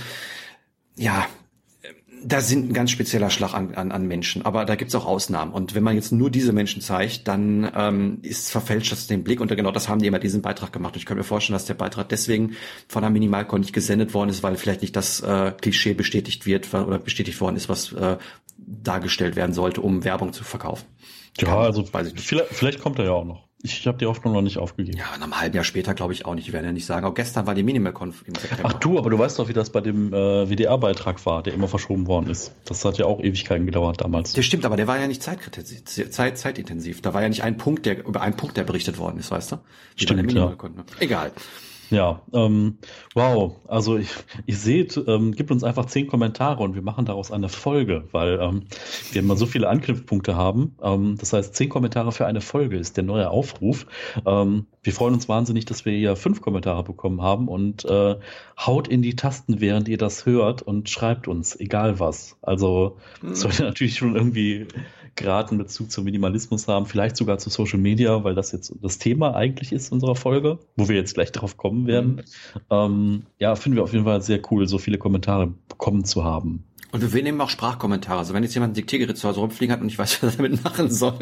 Ja, da sind ein ganz spezieller Schlag an, an, an Menschen, aber da gibt's auch Ausnahmen. Und wenn man jetzt nur diese Menschen zeigt, dann ähm, ist verfälscht das den Blick. Und genau das haben die immer diesen Beitrag gemacht. Und ich kann mir vorstellen, dass der Beitrag deswegen von der Minimalcon nicht gesendet worden ist, weil vielleicht nicht das äh, Klischee bestätigt wird oder bestätigt worden ist, was äh, dargestellt werden sollte, um Werbung zu verkaufen. Ja, Kann, also weiß ich nicht. vielleicht, vielleicht kommt er ja auch noch. Ich habe die Hoffnung noch nicht aufgegeben. Ja, nach einem halben Jahr später glaube ich auch nicht. Ich werde ja nicht sagen, auch gestern war die Minimalcon im September. Ach du, aber du weißt doch, wie das bei dem äh, W D R-Beitrag war, der immer verschoben worden ist. Das hat ja auch Ewigkeiten gedauert damals. Das stimmt, aber der war ja nicht zeitintensiv, Zeit, zeitintensiv. Da war ja nicht ein Punkt, der über einen Punkt, der berichtet worden ist, weißt du? Wie bei der Stimmt, ja. Minimalcon, ne? Egal. Ja, ähm, wow. Also ich, ihr seht, ähm, gibt uns einfach zehn Kommentare und wir machen daraus eine Folge, weil ähm, wir immer so viele Anknüpfpunkte haben. Ähm, das heißt, zehn Kommentare für eine Folge ist der neue Aufruf. Ähm, wir freuen uns wahnsinnig, dass wir hier fünf Kommentare bekommen haben und äh, haut in die Tasten, während ihr das hört und schreibt uns, egal was. Also es sollte natürlich schon irgendwie gerade einen Bezug zum Minimalismus haben, vielleicht sogar zu Social Media, weil das jetzt das Thema eigentlich ist unserer Folge, wo wir jetzt gleich drauf kommen werden. Mhm. Ähm, ja, finden wir auf jeden Fall sehr cool, so viele Kommentare bekommen zu haben. Und wir nehmen auch Sprachkommentare. Also wenn jetzt jemand ein Diktiergerät zu Hause rumfliegen hat und ich weiß, was er damit machen soll,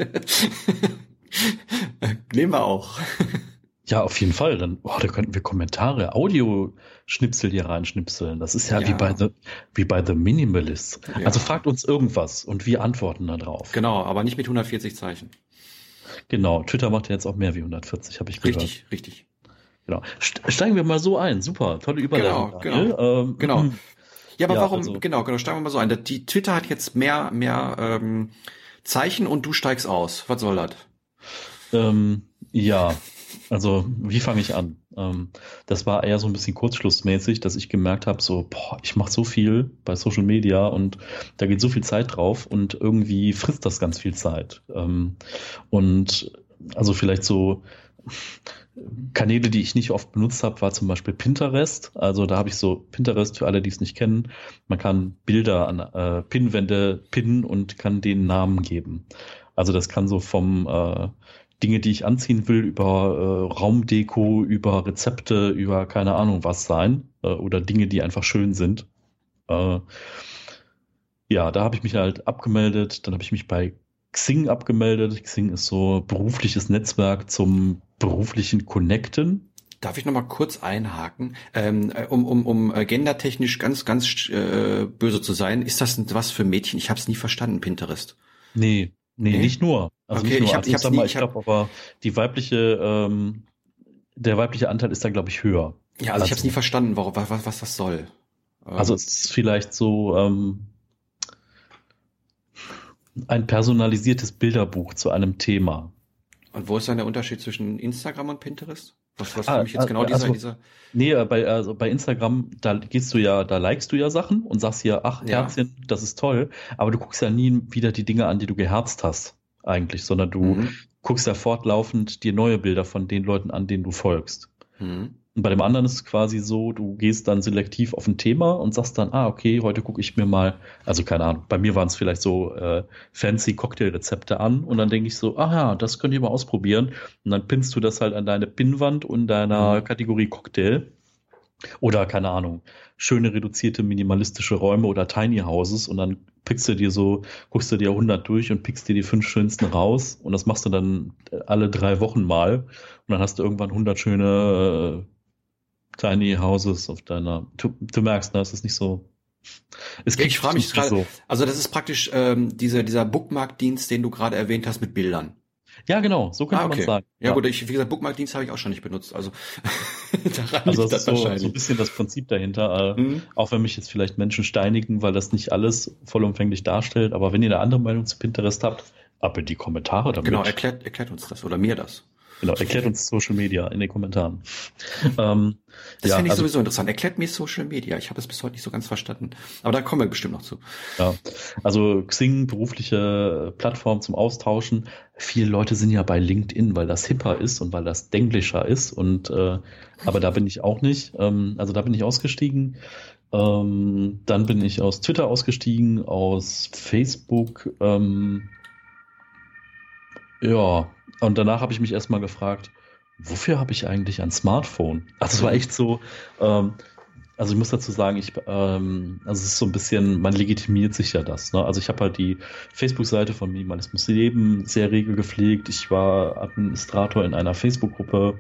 nehmen wir auch. Ja, auf jeden Fall. Dann, oh, da könnten wir Kommentare, Audioschnipsel hier reinschnipseln. Das ist ja, ja. wie bei The, wie bei The Minimalist. Ja. Also fragt uns irgendwas und wir antworten da drauf. Genau, aber nicht mit hundertvierzig Zeichen. Genau, Twitter macht ja jetzt auch mehr wie hundertvierzig, habe ich gehört. Richtig, richtig. Genau. Steigen wir mal so ein. Super, tolle Überleitung. Genau, genau. Ähm, genau. Ja, aber ja, warum, also, genau, genau, steigen wir mal so ein. Die Twitter hat jetzt mehr, mehr ähm, Zeichen und du steigst aus. Was soll das? Ähm, ja, also wie fange ich an? Ähm, das war eher so ein bisschen kurzschlussmäßig, dass ich gemerkt habe, so, boah, ich mache so viel bei Social Media und da geht so viel Zeit drauf und irgendwie frisst das ganz viel Zeit. Ähm, und also vielleicht so Kanäle, die ich nicht oft benutzt habe, war zum Beispiel Pinterest. Also da habe ich so Pinterest für alle, die es nicht kennen. Man kann Bilder an äh, Pinnwände pinnen und kann denen Namen geben. Also das kann so vom äh, Dinge, die ich anziehen will, über äh, Raumdeko, über Rezepte, über keine Ahnung was sein äh, oder Dinge, die einfach schön sind. Äh, ja, da habe ich mich halt abgemeldet. Dann habe ich mich bei Xing abgemeldet. Xing ist so berufliches Netzwerk zum beruflichen Connecten. Darf ich noch mal kurz einhaken, ähm, um um um gendertechnisch ganz ganz äh, böse zu sein? Ist das was für Mädchen? Ich habe es nie verstanden, Pinterest. Nee, nee, nee? nicht nur. Also okay, nicht nur. ich habe also, ich, ich, sag nie, mal, ich ich glaube, aber die weibliche, ähm, der weibliche Anteil ist da, glaube ich, höher. Ja, also, also ich habe es nie verstanden, warum, was, was was das soll. Also es ist vielleicht so ähm, ein personalisiertes Bilderbuch zu einem Thema. Und wo ist dann der Unterschied zwischen Instagram und Pinterest? Was, was ah, für mich jetzt genau also, dieser, dieser... Nee, bei, also bei Instagram, da gehst du ja, da likest du ja Sachen und sagst ja, ach, Ja. Herzchen, das ist toll, aber du guckst ja nie wieder die Dinge an, die du geherzt hast, eigentlich, sondern du Mhm. guckst ja fortlaufend dir neue Bilder von den Leuten an, denen du folgst. Mhm. Und bei dem anderen ist es quasi so, du gehst dann selektiv auf ein Thema und sagst dann, ah, okay, heute gucke ich mir mal, also keine Ahnung, bei mir waren es vielleicht so äh, fancy Cocktailrezepte an und dann denke ich so, ah ja, das könnt ihr mal ausprobieren und dann pinnst du das halt an deine Pinnwand und deiner Mhm. Kategorie Cocktail Oder, keine Ahnung, schöne reduzierte minimalistische Räume oder Tiny Houses und dann pickst du dir so, guckst du dir hundert durch und pickst dir die fünf schönsten raus und das machst du dann alle drei Wochen mal und dann hast du irgendwann hundert schöne äh, Tiny Houses auf deiner, du, du merkst, ne, es ist nicht so, es Ja, ich frage mich gerade, so. Also das ist praktisch ähm, dieser, dieser Bookmark-Dienst, den du gerade erwähnt hast mit Bildern. Ja, genau, so könnte Ah, okay. man sagen. Ja, ja gut, ich, wie gesagt, Bookmark-Dienst habe ich auch schon nicht benutzt. Also daran Also liegt das ist so, so ein bisschen das Prinzip dahinter. Äh, Mhm. Auch wenn mich jetzt vielleicht Menschen steinigen, weil das nicht alles vollumfänglich darstellt. Aber wenn ihr eine andere Meinung zu Pinterest habt, ab in die Kommentare damit. Genau, erklärt, erklärt uns das oder mir das. Genau, erklärt uns Social Media in den Kommentaren. ähm, Das ja, finde ich also, sowieso interessant. Erklärt mir Social Media. Ich habe es bis heute nicht so ganz verstanden. Aber da kommen wir bestimmt noch zu. ja, also Xing, berufliche Plattform zum Austauschen. Viele Leute sind ja bei LinkedIn, weil das hipper ist und weil das denglischer ist. Und äh, aber da bin ich auch nicht. Ähm, also da bin ich ausgestiegen. Ähm, dann bin ich aus Twitter ausgestiegen, aus Facebook. Ähm, ja, und danach habe ich mich erstmal gefragt, wofür habe ich eigentlich ein Smartphone? Also es war echt so, ähm, also ich muss dazu sagen, ich, ähm, also es ist so ein bisschen, man legitimiert sich ja das. Ne? Also ich habe halt die Facebook-Seite von Minimalismus Leben sehr rege gepflegt. Ich war Administrator in einer Facebook-Gruppe.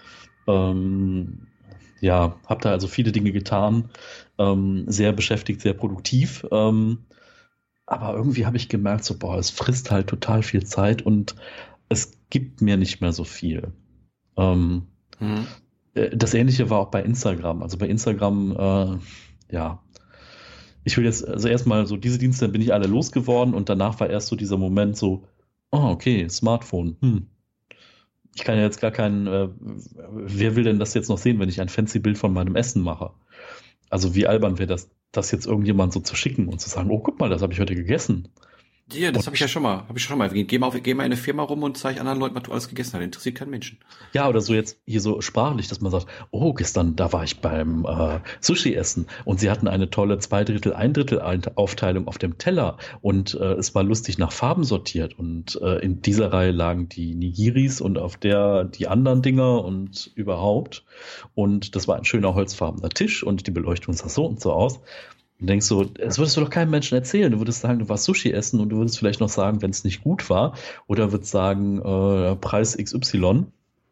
Ähm, ja, habe da also viele Dinge getan, ähm, sehr beschäftigt, sehr produktiv. Ähm, aber irgendwie habe ich gemerkt, so, boah, es frisst halt total viel Zeit und es gibt mir nicht mehr so viel. Ähm, Mhm. äh, Das Ähnliche war auch bei Instagram. Also bei Instagram, äh, ja, ich will jetzt, also erstmal so diese Dienste bin ich alle losgeworden und danach war erst so dieser Moment so, oh, okay, Smartphone, hm. Ich kann ja jetzt gar keinen, äh, wer will denn das jetzt noch sehen, wenn ich ein fancy Bild von meinem Essen mache? Also wie albern wäre das, das jetzt irgendjemand so zu schicken und zu sagen, oh, guck mal, das habe ich heute gegessen. Ja, das Und- habe ich ja schon mal, habe ich schon mal erwähnt. Geh mal, auf, geh mal in eine Firma rum und zeig anderen Leuten, was du alles gegessen hast. Interessiert keinen Menschen. Ja, oder so jetzt hier so sprachlich, dass man sagt, oh, gestern, da war ich beim äh, Sushi essen und sie hatten eine tolle zwei Drittel, ein Drittel Aufteilung auf dem Teller und äh, es war lustig nach Farben sortiert und äh, in dieser Reihe lagen die Nigiris und auf der die anderen Dinger und überhaupt und das war ein schöner holzfarbener Tisch und die Beleuchtung sah so und so aus. Und denkst so, das würdest du doch keinem Menschen erzählen. Du würdest sagen, du warst Sushi essen und du würdest vielleicht noch sagen, wenn es nicht gut war. Oder würdest sagen, äh, Preis X Y.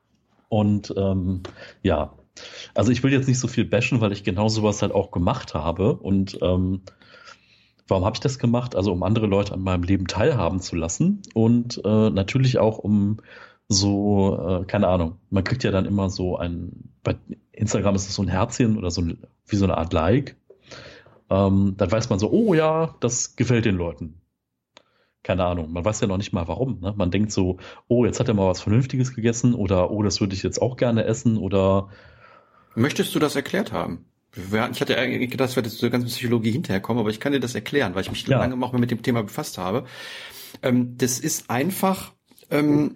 Und ähm, ja, also ich will jetzt nicht so viel bashen, weil ich genau sowas halt auch gemacht habe. Und ähm, warum habe ich das gemacht? Also um andere Leute an meinem Leben teilhaben zu lassen. Und äh, natürlich auch um so, äh, keine Ahnung, man kriegt ja dann immer so ein, bei Instagram ist es so ein Herzchen oder so ein, wie so eine Art Like. Ähm, dann weiß man so, oh ja, das gefällt den Leuten. Keine Ahnung, man weiß ja noch nicht mal warum. Ne? Man denkt so, oh, jetzt hat er mal was Vernünftiges gegessen oder oh, das würde ich jetzt auch gerne essen oder Möchtest du das erklärt haben? Wir- Ich hatte eigentlich gedacht, das wird jetzt zur ganzen Psychologie hinterherkommen, aber ich kann dir das erklären, weil ich mich Ja. lange auch mit dem Thema befasst habe. Ähm, das ist einfach ähm,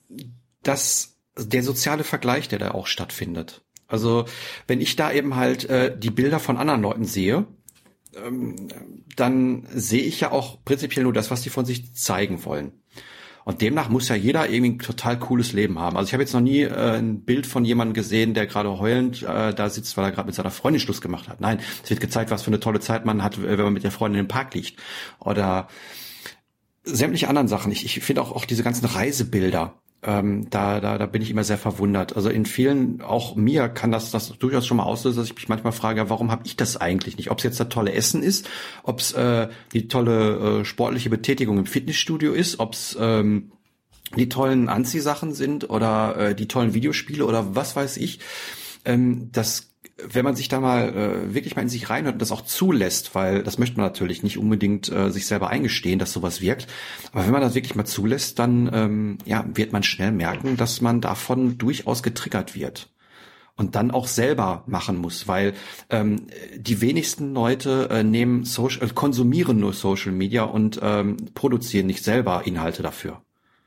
das, der soziale Vergleich, der da auch stattfindet. Also wenn ich da eben halt äh, die Bilder von anderen Leuten sehe, ähm, dann sehe ich ja auch prinzipiell nur das, was die von sich zeigen wollen. Und demnach muss ja jeder irgendwie ein total cooles Leben haben. Also ich habe jetzt noch nie äh, ein Bild von jemandem gesehen, der gerade heulend äh, da sitzt, weil er gerade mit seiner Freundin Schluss gemacht hat. Nein, es wird gezeigt, was für eine tolle Zeit man hat, wenn man mit der Freundin im Park liegt. Oder sämtliche anderen Sachen. Ich, ich finde auch, auch diese ganzen Reisebilder, ähm, da, da, da bin ich immer sehr verwundert. Also in vielen, auch mir kann das, das durchaus schon mal auslösen, dass ich mich manchmal frage, warum habe ich das eigentlich nicht? Ob es jetzt das tolle Essen ist, ob es äh, die tolle äh, sportliche Betätigung im Fitnessstudio ist, ob es ähm, die tollen Anziehsachen sind oder äh, die tollen Videospiele oder was weiß ich. Ähm, das wenn man sich da mal äh, wirklich mal in sich reinhört und das auch zulässt, weil das möchte man natürlich nicht unbedingt äh, sich selber eingestehen, dass sowas wirkt, aber wenn man das wirklich mal zulässt, dann ähm, ja wird man schnell merken, dass man davon durchaus getriggert wird und dann auch selber machen muss, weil ähm, die wenigsten Leute äh, nehmen Social, äh, konsumieren nur Social Media und ähm, produzieren nicht selber Inhalte dafür.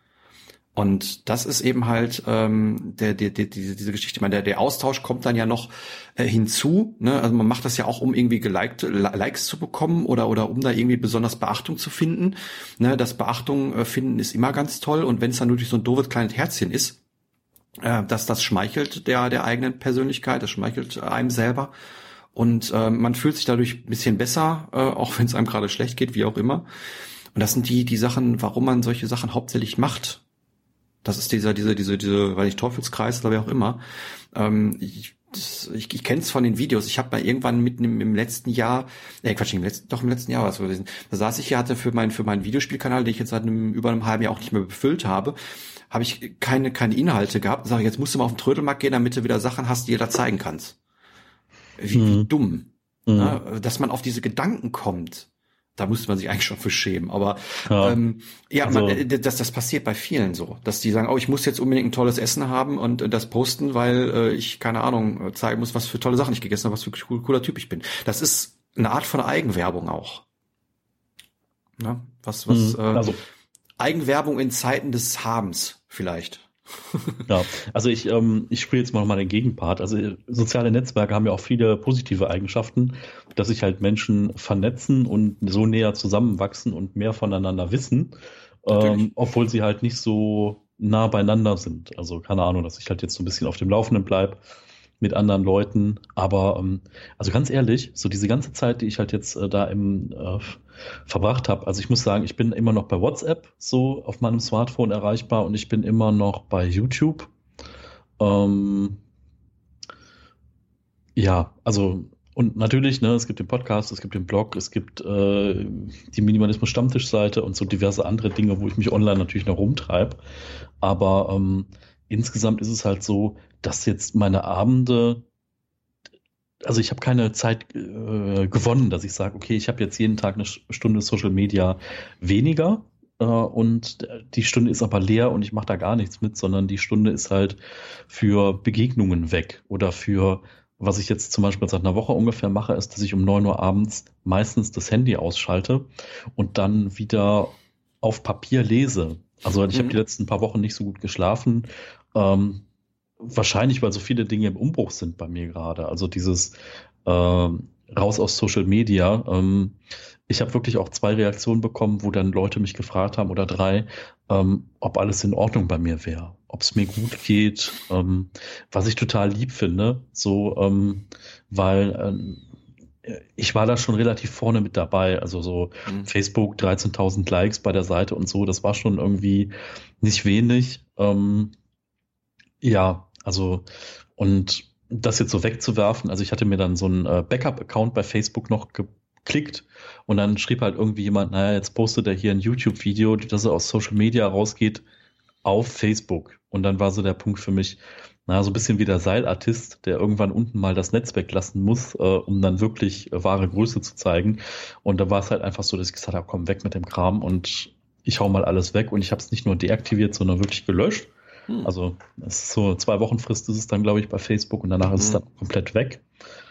Und das ist eben halt ähm, der, der, der, diese, diese Geschichte. Ich meine, der, der Austausch kommt dann ja noch äh, hinzu. Ne? Also man macht das ja auch, um irgendwie geliked, Likes zu bekommen oder oder um da irgendwie besonders Beachtung zu finden. Ne? Das Beachtung äh, finden ist immer ganz toll. Und wenn es dann nur durch so ein doofes kleines Herzchen ist, äh, dass das schmeichelt der der eigenen Persönlichkeit, das schmeichelt einem selber. Und äh, man fühlt sich dadurch ein bisschen besser, äh, auch wenn es einem gerade schlecht geht, wie auch immer. Und das sind die die Sachen, warum man solche Sachen hauptsächlich macht. Das ist dieser, diese, diese, diese, weil ich Teufelskreis oder wie auch immer. Ähm, ich das, ich, ich kenne es von den Videos. Ich habe mal irgendwann mitten im, im letzten Jahr, äh Quatsch, im letzten, doch im letzten Jahr war es gewesen. Da saß ich hier, hatte für meinen für meinen Videospielkanal, den ich jetzt seit einem, über einem halben Jahr auch nicht mehr befüllt habe, habe ich keine keine Inhalte gehabt. Und sage, jetzt musst du mal auf den Trödelmarkt gehen, damit du wieder Sachen hast, die du da zeigen kannst. Wie, mhm. wie dumm, mhm. ne? Dass man auf diese Gedanken kommt. Da musste man sich eigentlich schon für schämen. Aber ja, ähm, ja also, man, das, das passiert bei vielen so, dass die sagen, oh, ich muss jetzt unbedingt ein tolles Essen haben und äh, das posten, weil äh, ich, keine Ahnung, zeigen muss, was für tolle Sachen ich gegessen habe, was für ein cooler Typ ich bin. Das ist eine Art von Eigenwerbung auch. Ne? Was, was mhm, also. äh, Eigenwerbung in Zeiten des Habens vielleicht. Ja, also ich, ähm, ich spiele jetzt mal noch mal den Gegenpart. Also soziale Netzwerke haben ja auch viele positive Eigenschaften, dass sich halt Menschen vernetzen und so näher zusammenwachsen und mehr voneinander wissen, ähm, obwohl sie halt nicht so nah beieinander sind. Also keine Ahnung, dass ich halt jetzt so ein bisschen auf dem Laufenden bleibe mit anderen Leuten. Aber ähm, also ganz ehrlich, so diese ganze Zeit, die ich halt jetzt äh, da im äh, verbracht habe, also ich muss sagen, ich bin immer noch bei WhatsApp so auf meinem Smartphone erreichbar und ich bin immer noch bei YouTube. Ähm, ja, also und natürlich, ne, es gibt den Podcast, es gibt den Blog, es gibt äh, die Minimalismus-Stammtischseite und so diverse andere Dinge, wo ich mich online natürlich noch rumtreibe. Aber ähm, insgesamt ist es halt so, dass jetzt meine Abende, also ich habe keine Zeit äh, gewonnen, dass ich sage, okay, ich habe jetzt jeden Tag eine Stunde Social Media weniger äh, und die Stunde ist aber leer und ich mache da gar nichts mit, sondern die Stunde ist halt für Begegnungen weg oder für, was ich jetzt zum Beispiel seit einer Woche ungefähr mache, ist, dass ich um neun Uhr abends meistens das Handy ausschalte und dann wieder auf Papier lese. Also ich mhm. habe die letzten paar Wochen nicht so gut geschlafen, ähm, wahrscheinlich, weil so viele Dinge im Umbruch sind bei mir gerade. Also dieses äh, raus aus Social Media. Ähm, ich habe wirklich auch zwei Reaktionen bekommen, wo dann Leute mich gefragt haben oder drei, ähm, ob alles in Ordnung bei mir wäre, ob es mir gut geht, ähm, was ich total lieb finde. So, ähm, weil ähm, ich war da schon relativ vorne mit dabei. Also so mhm. Facebook, dreizehntausend Likes bei der Seite und so, das war schon irgendwie nicht wenig. Ähm, ja, also und das jetzt so wegzuwerfen, also ich hatte mir dann so einen äh, Backup-Account bei Facebook noch geklickt und dann schrieb halt irgendwie jemand, naja, jetzt postet er hier ein YouTube-Video, dass er aus Social Media rausgeht auf Facebook. Und dann war so der Punkt für mich, naja, so ein bisschen wie der Seilartist, der irgendwann unten mal das Netz weglassen muss, äh, um dann wirklich äh, wahre Größe zu zeigen. Und da war es halt einfach so, dass ich gesagt habe, komm, weg mit dem Kram und ich hau mal alles weg und ich habe es nicht nur deaktiviert, sondern wirklich gelöscht. Also es ist so zwei Wochen Frist ist es dann, glaube ich, bei Facebook und danach ist es dann komplett weg.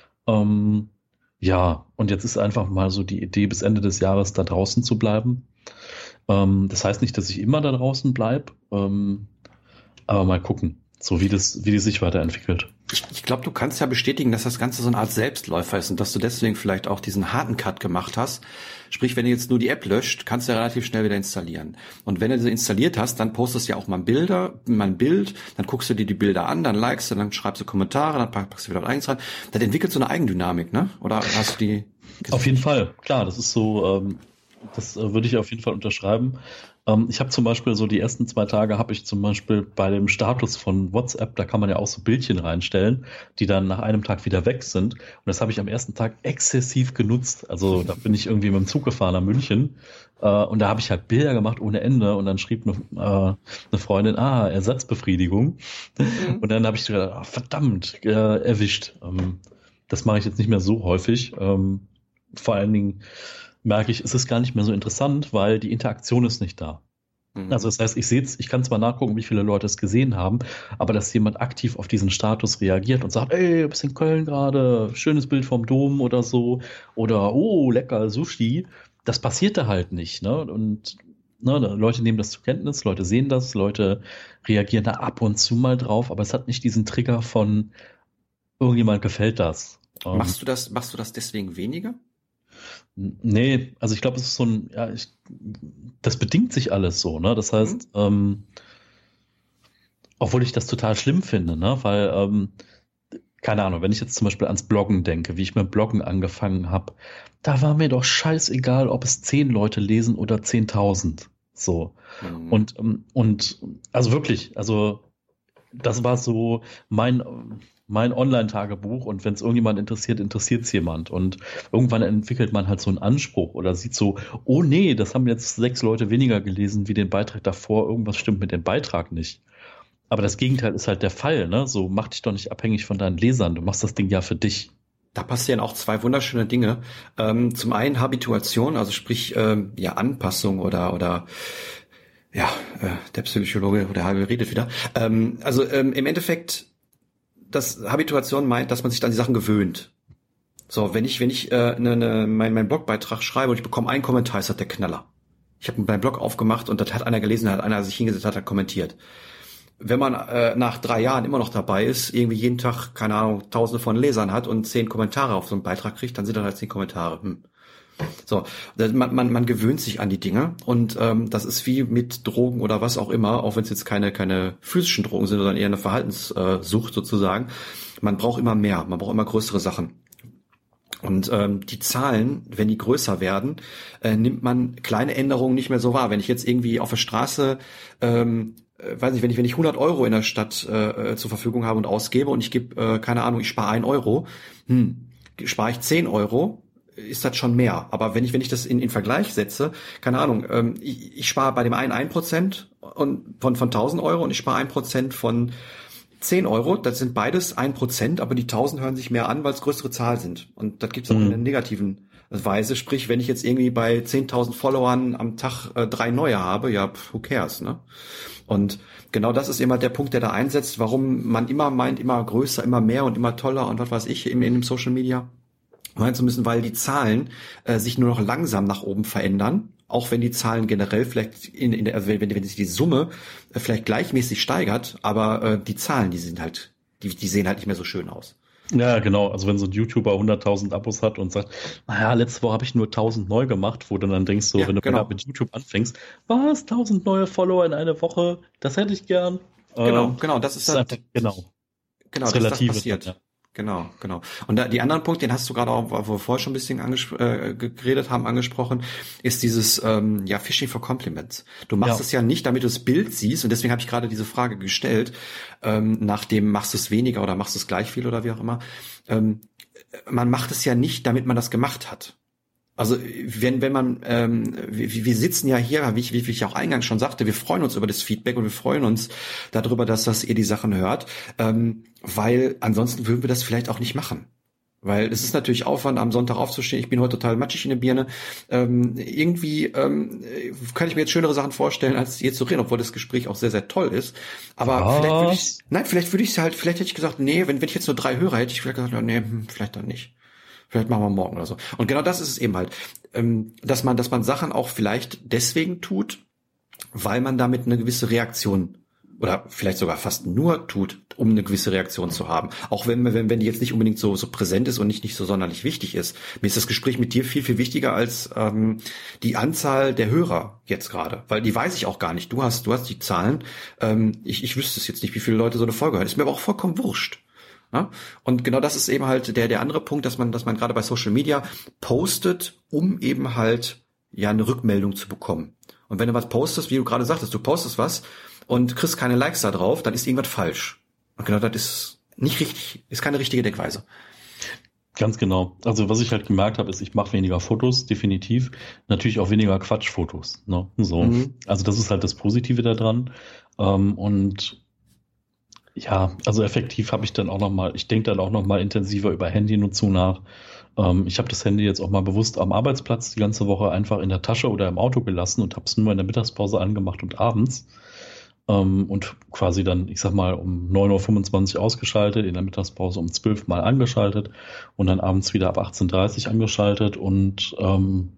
Ähm, ja, und jetzt ist einfach mal so die Idee, bis Ende des Jahres da draußen zu bleiben. Ähm, das heißt nicht, dass ich immer da draußen bleibe, ähm, aber mal gucken, so wie das, wie die sich weiterentwickelt. Ich, ich glaube, du kannst ja bestätigen, dass das Ganze so eine Art Selbstläufer ist und dass du deswegen vielleicht auch diesen harten Cut gemacht hast. Sprich, wenn du jetzt nur die App löscht, kannst du ja relativ schnell wieder installieren. Und wenn du sie installiert hast, dann postest du ja auch mal Bilder, mal ein Bild, dann guckst du dir die Bilder an, dann likest du, dann schreibst du Kommentare, dann packst du wieder was eigenes rein. Das entwickelt so eine Eigendynamik, ne? Oder hast du die gesehen? Auf jeden Fall, klar, das ist so, ähm, das äh, würde ich auf jeden Fall unterschreiben. Ähm, ich habe zum Beispiel so die ersten zwei Tage habe ich zum Beispiel bei dem Status von WhatsApp, da kann man ja auch so Bildchen reinstellen, die dann nach einem Tag wieder weg sind. Und das habe ich am ersten Tag exzessiv genutzt. Also da bin ich irgendwie mit dem Zug gefahren nach München äh, und da habe ich halt Bilder gemacht ohne Ende und dann schrieb eine, äh, eine Freundin, ah, Ersatzbefriedigung. Mhm. Und dann habe ich gedacht, ah, verdammt, äh, erwischt. Ähm, das mache ich jetzt nicht mehr so häufig. Ähm, vor allen Dingen merke ich, es ist gar nicht mehr so interessant, weil die Interaktion ist nicht da. Mhm. Also das heißt, ich sehe ich kann zwar nachgucken, wie viele Leute es gesehen haben, aber dass jemand aktiv auf diesen Status reagiert und sagt, ey, du bist in Köln gerade, schönes Bild vom Dom oder so, oder oh, lecker Sushi, das passiert da halt nicht, ne? Und ne, Leute nehmen das zur Kenntnis, Leute sehen das, Leute reagieren da ab und zu mal drauf, aber es hat nicht diesen Trigger von irgendjemand gefällt das. Machst du das, machst du das deswegen weniger? Nee, also ich glaube, es ist so ein, ja, ich, das bedingt sich alles so, ne? Das heißt, mhm. ähm, Obwohl ich das total schlimm finde, ne? Weil, ähm, keine Ahnung, wenn ich jetzt zum Beispiel ans Bloggen denke, wie ich mit Bloggen angefangen habe, da war mir doch scheißegal, ob es zehn Leute lesen oder zehntausend. So. Mhm. Und, ähm, und, also wirklich, also, das war so mein, mein Online-Tagebuch, und wenn es irgendjemand interessiert, interessiert es jemand. Und irgendwann entwickelt man halt so einen Anspruch oder sieht so, oh nee, das haben jetzt sechs Leute weniger gelesen wie den Beitrag davor, irgendwas stimmt mit dem Beitrag nicht. Aber das Gegenteil ist halt der Fall, ne? So, mach dich doch nicht abhängig von deinen Lesern, du machst das Ding ja für dich. Da passieren auch zwei wunderschöne Dinge. Ähm, zum einen Habituation, also sprich ähm, ja Anpassung oder oder ja, äh, der Psychologe oder halbe redet wieder. Ähm, also ähm, im Endeffekt, das Habituation meint, dass man sich an die Sachen gewöhnt. So, wenn ich wenn ich äh, ne, ne, mein, mein Blogbeitrag schreibe und ich bekomme einen Kommentar, ist das der Knaller. Ich habe meinen Blog aufgemacht und das hat einer gelesen, hat einer sich hingesetzt, hat er kommentiert. Wenn man äh, nach drei Jahren immer noch dabei ist, irgendwie jeden Tag, keine Ahnung, tausende von Lesern hat und zehn Kommentare auf so einen Beitrag kriegt, dann sind das halt zehn Kommentare. Hm. So, man, man, man gewöhnt sich an die Dinge, und ähm, das ist wie mit Drogen oder was auch immer, auch wenn es jetzt keine keine physischen Drogen sind, sondern eher eine Verhaltenssucht sozusagen. Man braucht immer mehr, man braucht immer größere Sachen. Und ähm, die Zahlen, wenn die größer werden, äh, nimmt man kleine Änderungen nicht mehr so wahr. Wenn ich jetzt irgendwie auf der Straße, ähm, äh, weiß nicht, wenn ich wenn ich hundert Euro in der Stadt äh, zur Verfügung habe und ausgebe und ich gebe, äh, keine Ahnung, ich spare ein Euro, hm, spare ich zehn Euro, ist das schon mehr. Aber wenn ich wenn ich das in in Vergleich setze, keine Ahnung, ähm, ich, ich spare bei dem einen ein Prozent und von von tausend Euro und ich spare ein Prozent von zehn Euro, das sind beides ein Prozent, aber die tausend hören sich mehr an, weil es größere Zahlen sind. Und das gibt's auch mhm. in der negativen Weise. Sprich, wenn ich jetzt irgendwie bei zehntausend Followern am Tag äh, drei neue habe, ja, pff, who cares, ne? Und genau das ist immer der Punkt, der da einsetzt, warum man immer meint, immer größer, immer mehr und immer toller und was weiß ich, in, in dem Social Media meinen zu müssen, weil die Zahlen äh, sich nur noch langsam nach oben verändern. Auch wenn die Zahlen generell vielleicht in, in der, also wenn, wenn sich die Summe äh, vielleicht gleichmäßig steigert, aber äh, die Zahlen, die sind halt, die, die sehen halt nicht mehr so schön aus. Ja, genau. Also wenn so ein YouTuber hunderttausend Abos hat und sagt, naja, letzte Woche habe ich nur tausend neu gemacht, wo du dann denkst, so, ja, wenn du genau. mit YouTube anfängst, was, tausend neue Follower in einer Woche, das hätte ich gern. Genau, ähm, genau, das ist, ist halt, einfach, genau. Genau, das, das, das das passiert. Dann, ja. Genau, genau. Und da, die anderen Punkte, den hast du gerade auch, wo wir vorher schon ein bisschen angespr- äh, geredet haben, angesprochen, ist dieses ähm, ja Phishing for Compliments. Du machst es ja. ja nicht, damit du das Bild siehst, und deswegen habe ich gerade diese Frage gestellt, ähm, nach dem machst du es weniger oder machst du es gleich viel oder wie auch immer. Ähm, man macht es ja nicht, damit man das gemacht hat. Also wenn wenn man ähm, wir, wir sitzen ja hier, wie ich, wie ich auch eingangs schon sagte, wir freuen uns über das Feedback und wir freuen uns darüber, dass das ihr die Sachen hört, ähm, weil ansonsten würden wir das vielleicht auch nicht machen. Weil es ist natürlich Aufwand, am Sonntag aufzustehen. Ich bin heute total matschig in der Birne. Ähm, irgendwie ähm, kann ich mir jetzt schönere Sachen vorstellen, als hier zu reden, obwohl das Gespräch auch sehr, sehr toll ist. Aber Was? vielleicht würde ich, nein, vielleicht würde ich halt, vielleicht hätte ich gesagt, nee, wenn, wenn ich jetzt nur drei höre, hätte ich vielleicht gesagt, nee, vielleicht dann nicht. Vielleicht machen wir morgen oder so. Und genau das ist es eben halt, dass man, dass man Sachen auch vielleicht deswegen tut, weil man damit eine gewisse Reaktion oder vielleicht sogar fast nur tut, um eine gewisse Reaktion zu haben. Auch wenn, wenn, wenn die jetzt nicht unbedingt so, so präsent ist und nicht, nicht so sonderlich wichtig ist. Mir ist das Gespräch mit dir viel, viel wichtiger als ähm, die Anzahl der Hörer jetzt gerade. Weil die weiß ich auch gar nicht. Du hast, du hast die Zahlen. Ähm, ich, ich wüsste es jetzt nicht, wie viele Leute so eine Folge hören. Ist mir aber auch vollkommen wurscht. Ja? Und genau das ist eben halt der der andere Punkt, dass man dass man gerade bei Social Media postet, um eben halt ja eine Rückmeldung zu bekommen. Und wenn du was postest, wie du gerade sagtest, du postest was und kriegst keine Likes da drauf, dann ist irgendwas falsch. Und genau das ist nicht richtig, ist keine richtige Denkweise. Ganz genau. Also was ich halt gemerkt habe, ist, ich mache weniger Fotos, definitiv. Natürlich auch weniger Quatschfotos. Ne? So. Mhm. Also das ist halt das Positive daran. Ähm, und ja, also effektiv habe ich dann auch nochmal, ich denke dann auch nochmal intensiver über Handynutzung nach. Ähm, ich habe das Handy jetzt auch mal bewusst am Arbeitsplatz die ganze Woche einfach in der Tasche oder im Auto gelassen und habe es nur in der Mittagspause angemacht und abends. Ähm, und quasi dann, ich sag mal, um neun Uhr fünfundzwanzig ausgeschaltet, in der Mittagspause um zwölf mal angeschaltet und dann abends wieder ab achtzehn Uhr dreißig angeschaltet. Und ähm,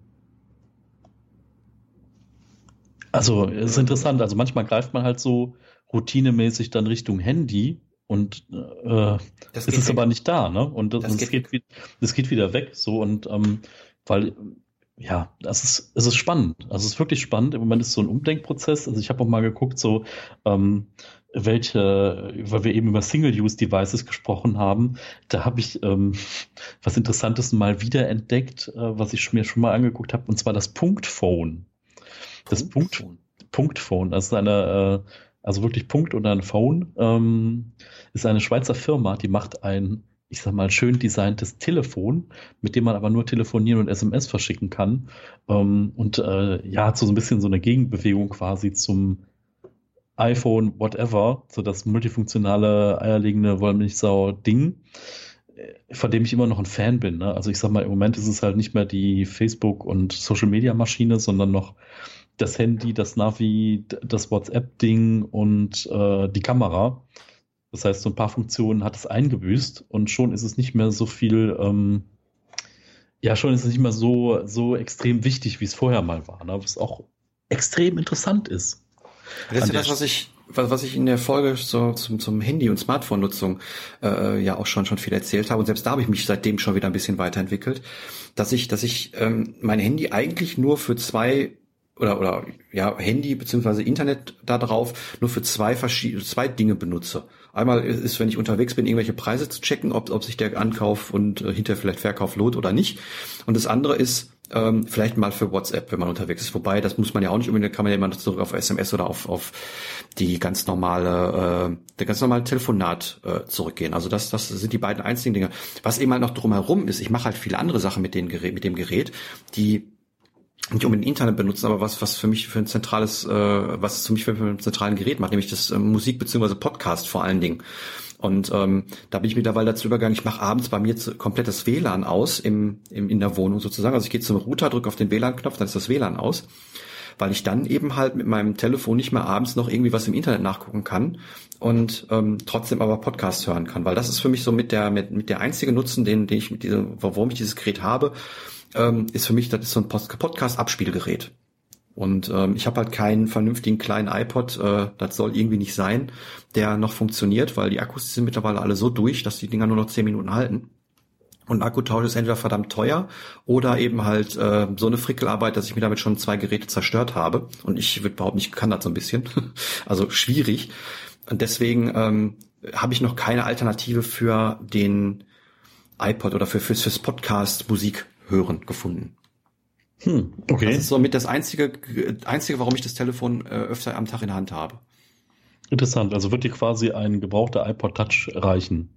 also es ist interessant, also manchmal greift man halt so routinemäßig dann Richtung Handy und äh, es ist aber nicht da, ne? Und das, das, geht, geht, das geht wieder weg, so und ähm, weil ja, das ist, es ist spannend. Also es ist wirklich spannend. Im Moment ist so ein Umdenkprozess. Also ich habe auch mal geguckt, so ähm, welche, weil wir eben über Single-Use-Devices gesprochen haben, da habe ich ähm, was Interessantes mal wiederentdeckt, äh, was ich mir schon mal angeguckt habe, und zwar das Punktphone. Das Punkt, Punktphone, das ist eine, äh, also wirklich Punkt und ein Phone, ähm, ist eine Schweizer Firma, die macht ein, ich sag mal, schön designtes Telefon, mit dem man aber nur telefonieren und S M S verschicken kann. Ähm, und äh, ja, hat so ein bisschen so eine Gegenbewegung quasi zum iPhone, whatever, so das multifunktionale, eierlegende Wollmilchsau-Ding, von dem ich immer noch ein Fan bin. Ne? Also ich sag mal, im Moment ist es halt nicht mehr die Facebook- und Social-Media-Maschine, sondern noch das Handy, das Navi, das WhatsApp-Ding und äh, die Kamera. Das heißt, so ein paar Funktionen hat es eingebüßt und schon ist es nicht mehr so viel, ähm, ja, schon ist es nicht mehr so, so extrem wichtig, wie es vorher mal war, ne? Was auch extrem interessant ist. Das ist ja das, was ich, was, was ich in der Folge so zum, zum Handy- und Smartphone-Nutzung äh, ja auch schon schon viel erzählt habe. Und selbst da habe ich mich seitdem schon wieder ein bisschen weiterentwickelt, dass ich, dass ich ähm, mein Handy eigentlich nur für zwei oder oder ja Handy beziehungsweise Internet da drauf nur für zwei verschiedene zwei Dinge benutze. Einmal ist, wenn ich unterwegs bin, irgendwelche Preise zu checken, ob ob sich der Ankauf und äh, hinterher vielleicht Verkauf lohnt oder nicht. Und das andere ist ähm, vielleicht mal für WhatsApp, wenn man unterwegs ist. Wobei, das muss man ja auch nicht unbedingt, da kann man ja immer zurück auf S M S oder auf auf die ganz normale, äh, der ganz normale Telefonat äh, zurückgehen. Also das das sind die beiden einzigen Dinge. Was eben halt noch drumherum ist, ich mache halt viele andere Sachen mit, den Gerät, mit dem Gerät, die nicht unbedingt Internet benutzen, aber was was für mich für ein zentrales, äh, was es für mich für ein zentralen Gerät macht, nämlich das äh, Musik beziehungsweise Podcast vor allen Dingen. Und ähm, da bin ich mittlerweile dazu übergegangen, ich mache abends bei mir jetzt komplett das W L A N aus im, im in der Wohnung sozusagen. Also ich gehe zum Router, drücke auf den W L A N-Knopf, dann ist das W L A N aus, weil ich dann eben halt mit meinem Telefon nicht mehr abends noch irgendwie was im Internet nachgucken kann und ähm, trotzdem aber Podcasts hören kann, weil das ist für mich so mit der mit mit der einzige Nutzen, den den ich mit diesem, warum ich dieses Gerät habe, ähm, ist für mich, das ist so ein Podcast-Abspielgerät. Und ähm, ich habe halt keinen vernünftigen kleinen iPod, äh, das soll irgendwie nicht sein, der noch funktioniert, weil die Akkus die sind mittlerweile alle so durch, dass die Dinger nur noch zehn Minuten halten. Und Akkutausch ist entweder verdammt teuer oder eben halt äh, so eine Frickelarbeit, dass ich mir damit schon zwei Geräte zerstört habe. Und ich würde behaupten, ich kann das so ein bisschen. Also schwierig. Und deswegen ähm, habe ich noch keine Alternative für den iPod oder für fürs, fürs Podcast Musik hören gefunden. Hm, okay. Das ist somit das einzige, einzige, warum ich das Telefon äh, öfter am Tag in der Hand habe. Interessant. Also wird dir quasi ein gebrauchter iPod Touch reichen?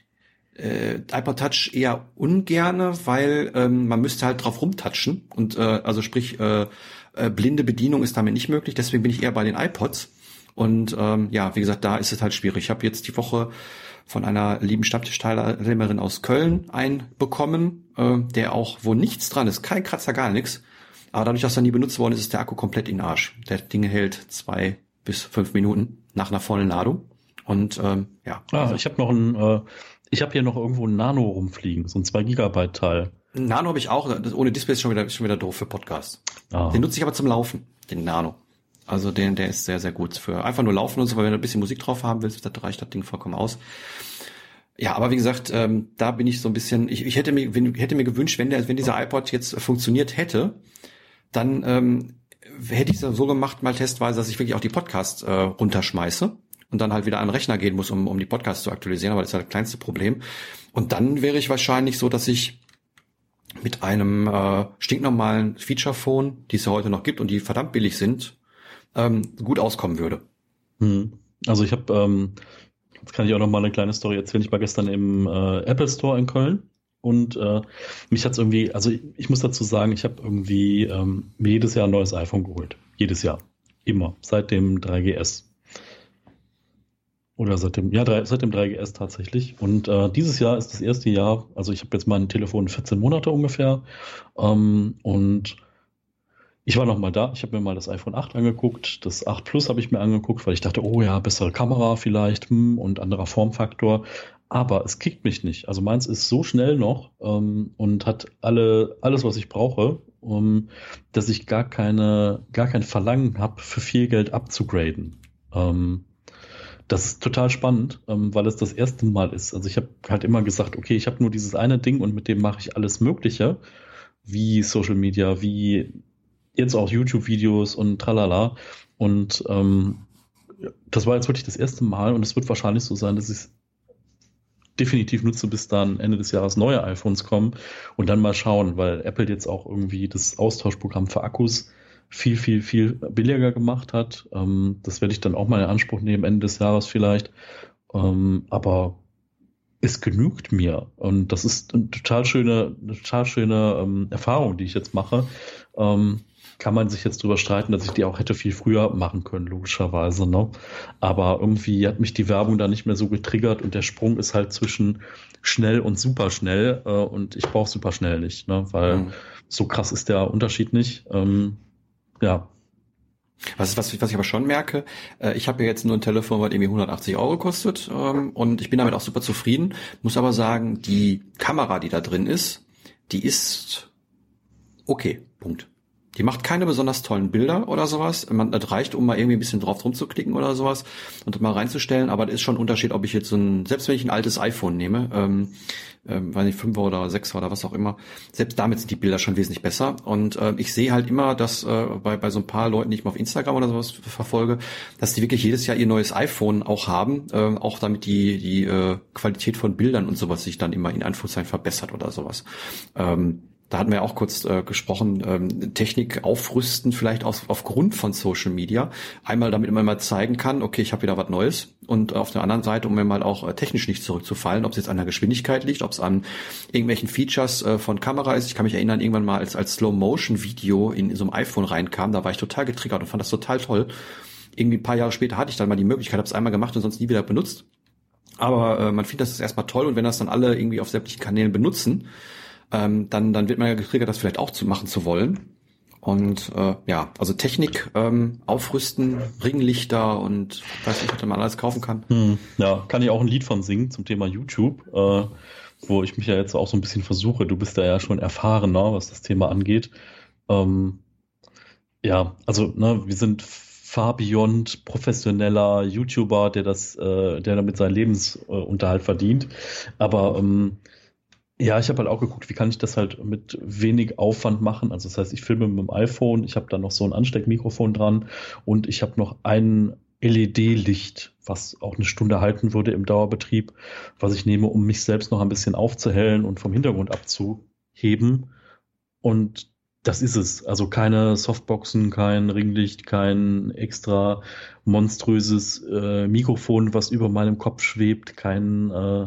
Äh, iPod Touch eher ungerne, weil ähm, man müsste halt drauf rumtatschen und äh, also sprich äh, äh, blinde Bedienung ist damit nicht möglich. Deswegen bin ich eher bei den iPods. Und ähm, ja, wie gesagt, da ist es halt schwierig. Ich habe jetzt die Woche von einer lieben Stammtischteilnehmerin aus Köln einbekommen, äh, der auch, wo nichts dran ist, kein Kratzer, gar nichts. Aber dadurch, dass er nie benutzt worden ist, ist der Akku komplett in den Arsch. Der Ding hält zwei bis fünf Minuten nach einer vollen Ladung. Und ähm, ja. Ah, also, ich habe noch ein, äh, ich habe hier noch irgendwo ein Nano rumfliegen, so ein zwei Gigabyte Teil. Nano habe ich auch, das ohne Display ist schon wieder, ist schon wieder doof für Podcasts. Ah. Den nutze ich aber zum Laufen, den Nano. Also den, der ist sehr, sehr gut für einfach nur laufen und so, weil wenn du ein bisschen Musik drauf haben willst, das reicht das Ding vollkommen aus. Ja, aber wie gesagt, ähm, da bin ich so ein bisschen, ich, ich hätte mir, wenn, hätte mir gewünscht, wenn der, wenn dieser iPod jetzt funktioniert hätte, dann ähm, hätte ich es so gemacht, mal testweise, dass ich wirklich auch die Podcasts äh, runterschmeiße und dann halt wieder an den Rechner gehen muss, um, um die Podcasts zu aktualisieren, aber das ist ja das kleinste Problem. Und dann wäre ich wahrscheinlich so, dass ich mit einem äh, stinknormalen Feature-Phone, die es ja heute noch gibt und die verdammt billig sind, ähm, gut auskommen würde. Hm. Also ich habe, ähm, jetzt kann ich auch noch mal eine kleine Story erzählen. Ich war gestern im äh, Apple Store in Köln und äh, mich hat's irgendwie, also ich, ich muss dazu sagen, ich habe irgendwie ähm, mir jedes Jahr ein neues iPhone geholt. Jedes Jahr. Immer. Seit dem drei G S. Oder seit dem, ja, drei, seit dem drei G S tatsächlich. Und äh, dieses Jahr ist das erste Jahr, also ich habe jetzt mein Telefon vierzehn Monate ungefähr ähm, und ich war noch mal da, ich habe mir mal das iPhone acht angeguckt, das acht Plus habe ich mir angeguckt, weil ich dachte, oh ja, bessere Kamera vielleicht hm, und anderer Formfaktor, aber es kickt mich nicht. Also meins ist so schnell noch ähm, und hat alle alles, was ich brauche, um, dass ich gar keine gar kein Verlangen habe, für viel Geld abzugraden. Ähm, das ist total spannend, ähm, weil es das erste Mal ist. Also ich habe halt immer gesagt, okay, ich habe nur dieses eine Ding und mit dem mache ich alles Mögliche. wie Social Media, wie jetzt auch YouTube-Videos und tralala. Und ähm, das war jetzt wirklich das erste Mal und es wird wahrscheinlich so sein, dass ich es definitiv nutze, bis dann Ende des Jahres neue iPhones kommen und dann mal schauen, weil Apple jetzt auch irgendwie das Austauschprogramm für Akkus viel, viel, viel billiger gemacht hat. Ähm, das werde ich dann auch mal in Anspruch nehmen, Ende des Jahres vielleicht. Ähm, aber es genügt mir und das ist eine total schöne, eine total schöne ähm, Erfahrung, die ich jetzt mache. Ähm, kann man sich jetzt drüber streiten, dass ich die auch hätte viel früher machen können, logischerweise, ne? Aber irgendwie hat mich die Werbung da nicht mehr so getriggert und der Sprung ist halt zwischen schnell und super schnell äh, und ich brauche super schnell nicht, ne? Weil mhm. so krass ist der Unterschied nicht. Ähm, ja. Was, was, was ich aber schon merke, äh, ich habe ja jetzt nur ein Telefon, was irgendwie hundertachtzig Euro kostet ähm, und ich bin damit auch super zufrieden, muss aber sagen, die Kamera, die da drin ist, die ist okay, Punkt. Die macht keine besonders tollen Bilder oder sowas. Man, das reicht, um mal irgendwie ein bisschen drauf rumzuklicken oder sowas und mal reinzustellen. Aber das ist schon ein Unterschied, ob ich jetzt so ein, selbst wenn ich ein altes iPhone nehme, ähm, ähm, weiß nicht, fünfer oder sechser oder was auch immer, selbst damit sind die Bilder schon wesentlich besser. Und äh, ich sehe halt immer, dass äh, bei bei so ein paar Leuten, die ich mal auf Instagram oder sowas verfolge, dass die wirklich jedes Jahr ihr neues iPhone auch haben, äh, auch damit die die äh, Qualität von Bildern und sowas sich dann immer in Anführungszeichen verbessert oder sowas. Ähm, Da hatten wir ja auch kurz äh, gesprochen, ähm, Technik aufrüsten vielleicht auf, aufgrund von Social Media. Einmal, damit man mal zeigen kann, okay, ich habe wieder was Neues. Und auf der anderen Seite, um mir mal auch äh, technisch nicht zurückzufallen, ob es jetzt an der Geschwindigkeit liegt, ob es an irgendwelchen Features äh, von Kamera ist. Ich kann mich erinnern, irgendwann mal als, als Slow-Motion-Video in, in so einem iPhone reinkam, da war ich total getriggert und fand das total toll. Irgendwie ein paar Jahre später hatte ich dann mal die Möglichkeit, habe es einmal gemacht und sonst nie wieder benutzt. Aber äh, man findet das erstmal toll und wenn das dann alle irgendwie auf sämtlichen Kanälen benutzen, Ähm, dann dann wird man ja getriggert, das vielleicht auch zu machen zu wollen. Und äh, ja, also Technik ähm, aufrüsten, Ringlichter und weiß nicht, was man alles kaufen kann. Hm, ja, kann ich auch ein Lied von singen zum Thema YouTube, äh, wo ich mich ja jetzt auch so ein bisschen versuche. Du bist da ja schon erfahrener, was das Thema angeht. Ähm, ja, also ne, wir sind far beyond professioneller YouTuber, der das, äh, der damit seinen Lebensunterhalt verdient. Aber ähm, ja, ich habe halt auch geguckt, wie kann ich das halt mit wenig Aufwand machen. Also das heißt, ich filme mit dem iPhone, ich habe da noch so ein Ansteckmikrofon dran und ich habe noch ein L E D-Licht, was auch eine Stunde halten würde im Dauerbetrieb, was ich nehme, um mich selbst noch ein bisschen aufzuhellen und vom Hintergrund abzuheben. Und das ist es. Also keine Softboxen, kein Ringlicht, kein extra monströses äh, Mikrofon, was über meinem Kopf schwebt, kein äh,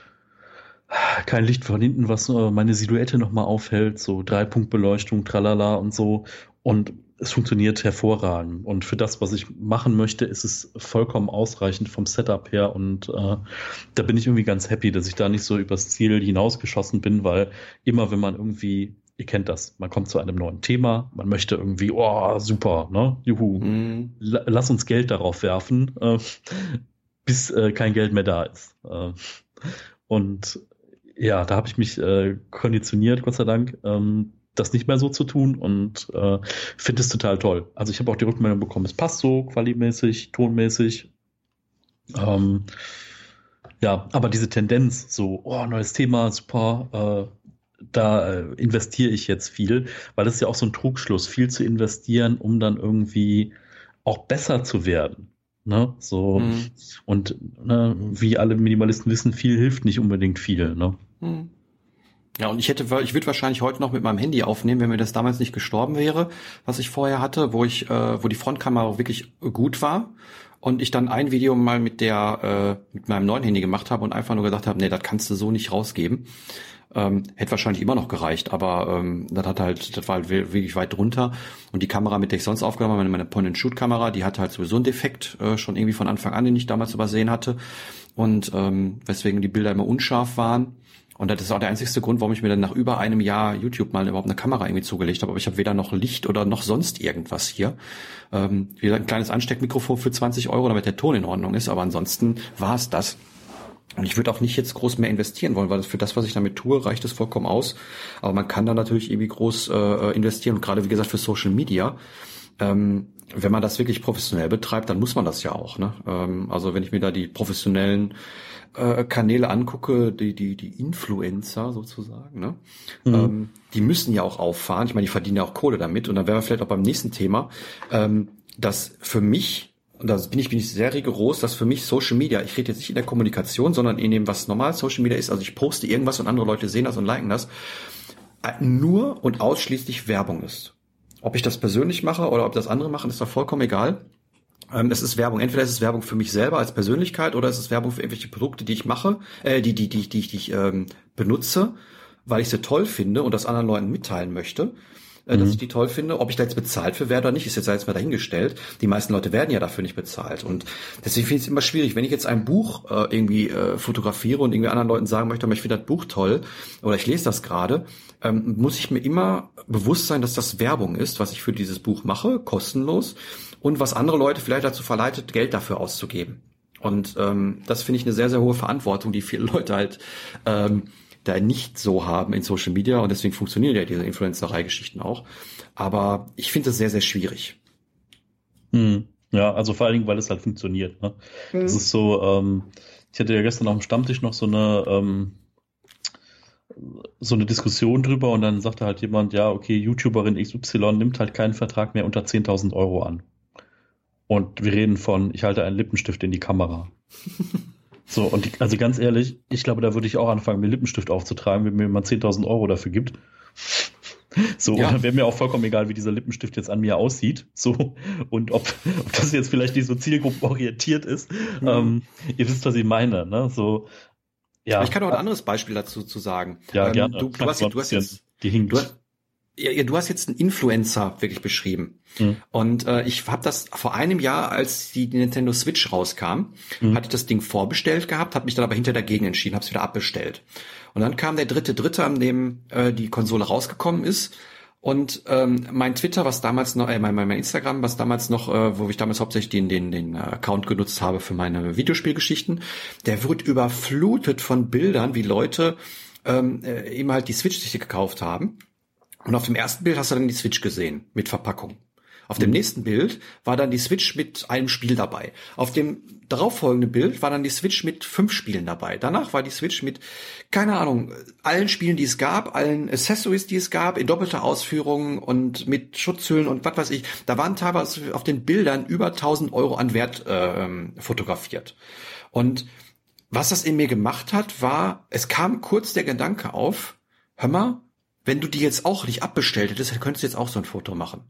kein Licht von hinten, was äh, meine Silhouette nochmal aufhält, so Dreipunktbeleuchtung, tralala und so. Und es funktioniert hervorragend. Und für das, was ich machen möchte, ist es vollkommen ausreichend vom Setup her. Und äh, da bin ich irgendwie ganz happy, dass ich da nicht so übers Ziel hinausgeschossen bin, weil immer, wenn man irgendwie, ihr kennt das, man kommt zu einem neuen Thema, man möchte irgendwie, oh, super, ne, juhu, mm. la- lass uns Geld darauf werfen, äh, bis äh, kein Geld mehr da ist. Äh, und ja, da habe ich mich äh, konditioniert, Gott sei Dank, ähm, das nicht mehr so zu tun und äh, finde es total toll. Also ich habe auch die Rückmeldung bekommen, es passt so, qualimäßig, tonmäßig. Ähm, ja, aber diese Tendenz, so, oh, neues Thema, super, äh, da äh, investiere ich jetzt viel, weil das ist ja auch so ein Trugschluss, viel zu investieren, um dann irgendwie auch besser zu werden. Ne, so, mhm. Und ne, wie alle Minimalisten wissen, viel hilft nicht unbedingt viel, ne? Mhm. Ja, und ich hätte, ich würde wahrscheinlich heute noch mit meinem Handy aufnehmen, wenn mir das damals nicht gestorben wäre, was ich vorher hatte, wo ich, äh, wo die Frontkamera auch wirklich gut war und ich dann ein Video mal mit der, äh, mit meinem neuen Handy gemacht habe und einfach nur gesagt habe, nee, das kannst du so nicht rausgeben. Ähm, hätte wahrscheinlich immer noch gereicht, aber ähm, das hat halt, das war halt wirklich weit drunter. Und die Kamera, mit der ich sonst aufgenommen habe, meine Point-and-Shoot-Kamera, die hatte halt sowieso einen Defekt, äh, schon irgendwie von Anfang an, den ich damals übersehen hatte. Und ähm, weswegen die Bilder immer unscharf waren. Und das ist auch der einzigste Grund, warum ich mir dann nach über einem Jahr YouTube mal überhaupt eine Kamera irgendwie zugelegt habe. Aber ich habe weder noch Licht oder noch sonst irgendwas hier. Ähm, wie gesagt, ein kleines Ansteckmikrofon für zwanzig Euro, damit der Ton in Ordnung ist. Aber ansonsten war es das. Und ich würde auch nicht jetzt groß mehr investieren wollen, weil für das, was ich damit tue, reicht es vollkommen aus. Aber man kann da natürlich irgendwie groß äh, investieren. Und gerade, wie gesagt, für Social Media. Ähm, wenn man das wirklich professionell betreibt, dann muss man das ja auch. Ne? Ähm, also wenn ich mir da die professionellen äh, Kanäle angucke, die die die Influencer sozusagen, ne? Mhm. Ähm, die müssen ja auch auffahren. Ich meine, die verdienen ja auch Kohle damit. Und dann wären wir vielleicht auch beim nächsten Thema, ähm, dass für mich, und da bin ich bin ich sehr rigoros, dass für mich Social Media, ich rede jetzt nicht in der Kommunikation, sondern in dem, was normal Social Media ist, also ich poste irgendwas und andere Leute sehen das und liken das, nur und ausschließlich Werbung ist. Ob ich das persönlich mache oder ob das andere machen, ist doch vollkommen egal. Ähm, es ist Werbung. Entweder ist es Werbung für mich selber als Persönlichkeit oder es ist Werbung für irgendwelche Produkte, die ich mache, äh, die, die, die, die, die ich ähm, benutze, weil ich sie toll finde und das anderen Leuten mitteilen möchte, äh, mhm. dass ich die toll finde. Ob ich da jetzt bezahlt für werde oder nicht, ist jetzt jetzt mal dahingestellt. Die meisten Leute werden ja dafür nicht bezahlt. Und deswegen finde ich es immer schwierig, wenn ich jetzt ein Buch äh, irgendwie äh, fotografiere und irgendwie anderen Leuten sagen möchte, aber ich finde das Buch toll oder ich lese das gerade, ähm, muss ich mir immer bewusst sein, dass das Werbung ist, was ich für dieses Buch mache, kostenlos, und was andere Leute vielleicht dazu verleitet, Geld dafür auszugeben. Und ähm, das finde ich eine sehr, sehr hohe Verantwortung, die viele Leute halt ähm, da nicht so haben in Social Media, und deswegen funktionieren ja diese Influencerei-Geschichten auch. Aber ich finde das sehr, sehr schwierig. Hm. Ja, also vor allen Dingen, weil es halt funktioniert. Ne? Mhm. Das ist so, ähm, ich hatte ja gestern auf dem Stammtisch noch so eine ähm, so eine Diskussion drüber, und dann sagte halt jemand, ja, okay, YouTuberin X Y nimmt halt keinen Vertrag mehr unter zehntausend Euro an. Und wir reden von, ich halte einen Lippenstift in die Kamera. So, und die, also ganz ehrlich, ich glaube, da würde ich auch anfangen, mir Lippenstift aufzutragen, wenn mir jemand zehntausend Euro dafür gibt. So, ja. Und dann wäre mir auch vollkommen egal, wie dieser Lippenstift jetzt an mir aussieht. So, und ob, ob das jetzt vielleicht nicht so zielgruppenorientiert ist. Mhm. Ähm, ihr wisst, was ich meine, ne? So, ja. Ich kann auch ein anderes Beispiel dazu zu sagen. Ja, ähm, gerne. Du, du, hast, du hast jetzt, die hinkt. Du hast, ja, du hast jetzt einen Influencer wirklich beschrieben. Mhm. Und äh, ich habe das vor einem Jahr, als die Nintendo Switch rauskam, mhm. hatte ich das Ding vorbestellt gehabt, habe mich dann aber hinterher dagegen entschieden, habe es wieder abbestellt. Und dann kam der dritte Dritte, an dem äh, die Konsole rausgekommen ist. Und ähm, mein Twitter, was damals noch, äh, mein, mein Instagram, was damals noch, äh, wo ich damals hauptsächlich den den den Account genutzt habe für meine Videospielgeschichten, der wird überflutet von Bildern, wie Leute ähm, äh, eben halt die Switch sich gekauft haben. Und auf dem ersten Bild hast du dann die Switch gesehen mit Verpackung. Auf dem nächsten Bild war dann die Switch mit einem Spiel dabei. Auf dem darauffolgenden Bild war dann die Switch mit fünf Spielen dabei. Danach war die Switch mit, keine Ahnung, allen Spielen, die es gab, allen Accessories, die es gab, in doppelter Ausführung und mit Schutzhüllen und was weiß ich. Da waren teilweise auf den Bildern über tausend Euro an Wert äh, fotografiert. Und was das in mir gemacht hat, war, es kam kurz der Gedanke auf, hör mal, wenn du die jetzt auch nicht abbestellt hättest, dann könntest du jetzt auch so ein Foto machen.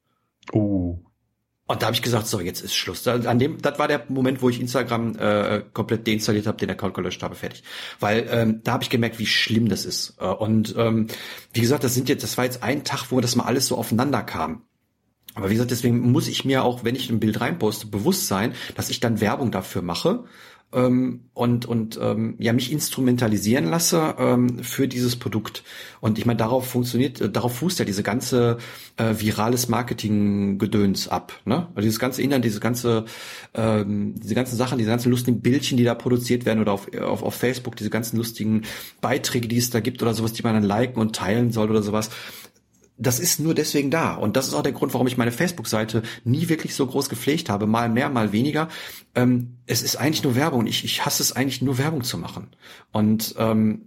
Oh. Und da habe ich gesagt, so, jetzt ist Schluss. An dem, das war der Moment, wo ich Instagram äh, komplett deinstalliert habe, den Account gelöscht habe, fertig. Weil ähm, da habe ich gemerkt, wie schlimm das ist. Äh, und ähm, wie gesagt, das sind jetzt, das war jetzt ein Tag, wo das mal alles so aufeinander kam. Aber wie gesagt, deswegen muss ich mir auch, wenn ich ein Bild reinposte, bewusst sein, dass ich dann Werbung dafür mache. Ähm, und und ähm, ja mich instrumentalisieren lasse ähm, für dieses Produkt. Und ich meine, darauf funktioniert, äh, darauf fußt ja diese ganze äh, virales Marketing-Gedöns ab, ne? Also dieses ganze Internet, diese ganze ähm, diese ganzen Sachen, diese ganzen lustigen Bildchen, die da produziert werden, oder auf auf, auf Facebook, diese ganzen lustigen Beiträge, die es da gibt oder sowas, die man dann liken und teilen soll oder sowas. Das ist nur deswegen da. Und das ist auch der Grund, warum ich meine Facebook-Seite nie wirklich so groß gepflegt habe. Mal mehr, mal weniger. Ähm, es ist eigentlich nur Werbung. Ich, ich hasse es eigentlich nur, Werbung zu machen. Und ähm,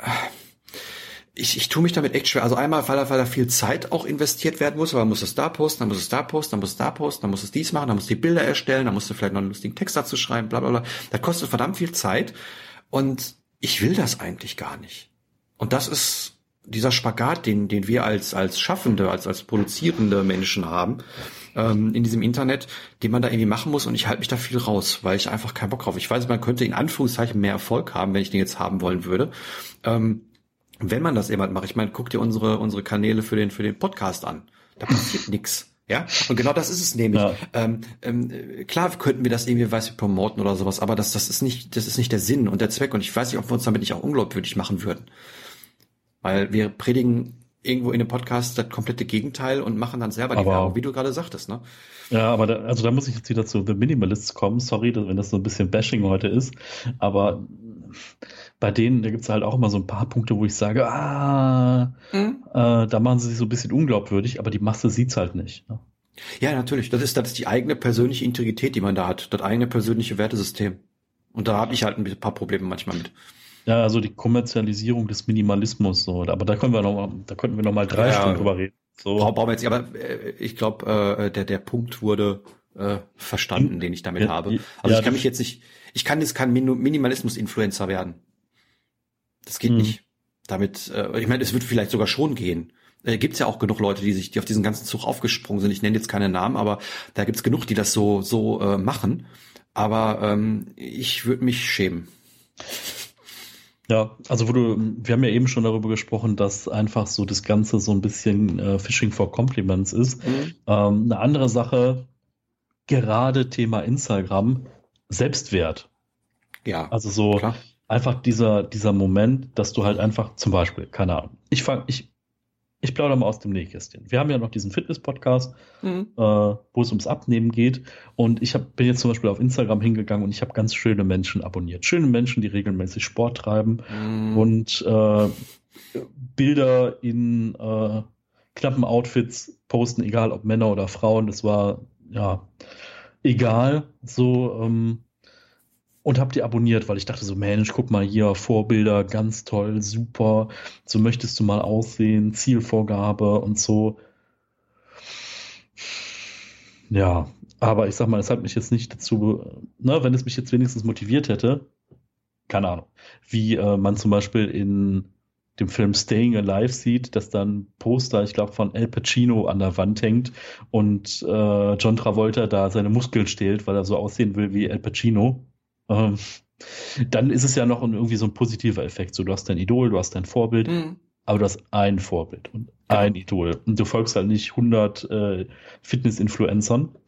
ich, ich tue mich damit echt schwer. Also einmal, weil, weil da viel Zeit auch investiert werden muss. Aber man muss es da posten, dann muss es da posten, dann muss es da posten, dann muss es dies machen, dann muss es die Bilder erstellen, dann musst du vielleicht noch einen lustigen Text dazu schreiben, bla bla bla. Das kostet verdammt viel Zeit. Und ich will das eigentlich gar nicht. Und das ist dieser Spagat, den den wir als als Schaffende, als als produzierende Menschen haben, ähm, in diesem Internet, den man da irgendwie machen muss, und ich halte mich da viel raus, weil ich einfach keinen Bock drauf. Ich weiß, man könnte in Anführungszeichen mehr Erfolg haben, wenn ich den jetzt haben wollen würde. Ähm, wenn man das eben halt macht, ich meine, guck dir unsere unsere Kanäle für den für den Podcast an. Da passiert nix. Ja, und genau das ist es nämlich. Ja. Ähm, ähm, klar könnten wir das irgendwie, weiß ich, promoten oder sowas, aber das das ist nicht das ist nicht der Sinn und der Zweck, und ich weiß nicht, ob wir uns damit nicht auch unglaubwürdig machen würden. Weil wir predigen irgendwo in dem Podcast das komplette Gegenteil und machen dann selber die aber, Werbung, wie du gerade sagtest, ne? Ja, aber da, also da muss ich jetzt wieder zu The Minimalists kommen. Sorry, wenn das so ein bisschen Bashing heute ist. Aber bei denen, da gibt es halt auch immer so ein paar Punkte, wo ich sage, ah, mhm. äh, da machen sie sich so ein bisschen unglaubwürdig, aber die Masse sieht's halt nicht. Ne? Ja, natürlich. Das ist, das ist die eigene persönliche Integrität, die man da hat. Das eigene persönliche Wertesystem. Und da habe ich halt ein paar Probleme manchmal mit. Ja, also die Kommerzialisierung des Minimalismus, so. Aber da können wir noch mal, da könnten wir noch mal drei ja, Stunden drüber reden. So. Brauchen wir jetzt, aber äh, ich glaube, äh, der, der Punkt wurde äh, verstanden, den ich damit ja, habe. Also ja, ich kann mich jetzt nicht, ich kann jetzt kein Minimalismus-Influencer werden. Das geht mhm. nicht. Damit, äh, ich meine, es wird vielleicht sogar schon gehen. Äh, gibt's ja auch genug Leute, die sich, die auf diesen ganzen Zug aufgesprungen sind. Ich nenne jetzt keine Namen, aber da gibt's genug, die das so so äh, machen. Aber ähm, ich würde mich schämen. Ja, also wo du, wir haben ja eben schon darüber gesprochen, dass einfach so das Ganze so ein bisschen äh, Fishing for Compliments ist. Mhm. Ähm, eine andere Sache, gerade Thema Instagram, Selbstwert. Ja. Also so klar. Einfach dieser dieser Moment, dass du halt einfach zum Beispiel, keine Ahnung, ich fange, ich Ich plaudere mal aus dem Nähkästchen. Wir haben ja noch diesen Fitness-Podcast, mhm. äh, wo es ums Abnehmen geht. Und ich hab, bin jetzt zum Beispiel auf Instagram hingegangen und ich habe ganz schöne Menschen abonniert. Schöne Menschen, die regelmäßig Sport treiben mhm. und äh, Bilder in äh, knappen Outfits posten, egal ob Männer oder Frauen. Das war ja egal. So ähm, und habe die abonniert, weil ich dachte so, Mensch, guck mal hier, Vorbilder, ganz toll, super, so möchtest du mal aussehen, Zielvorgabe und so. Ja, aber ich sag mal, es hat mich jetzt nicht dazu, ne, wenn es mich jetzt wenigstens motiviert hätte, keine Ahnung, wie äh, man zum Beispiel in dem Film Staying Alive sieht, dass dann Poster, ich glaube, von Al Pacino an der Wand hängt und äh, John Travolta da seine Muskeln stählt, weil er so aussehen will wie Al Pacino. Ähm, dann ist es ja noch ein, irgendwie so ein positiver Effekt. So, du hast dein Idol, du hast dein Vorbild, mhm. aber du hast ein Vorbild und genau. ein Idol. Und du folgst halt nicht hundert äh, Fitness-Influencern.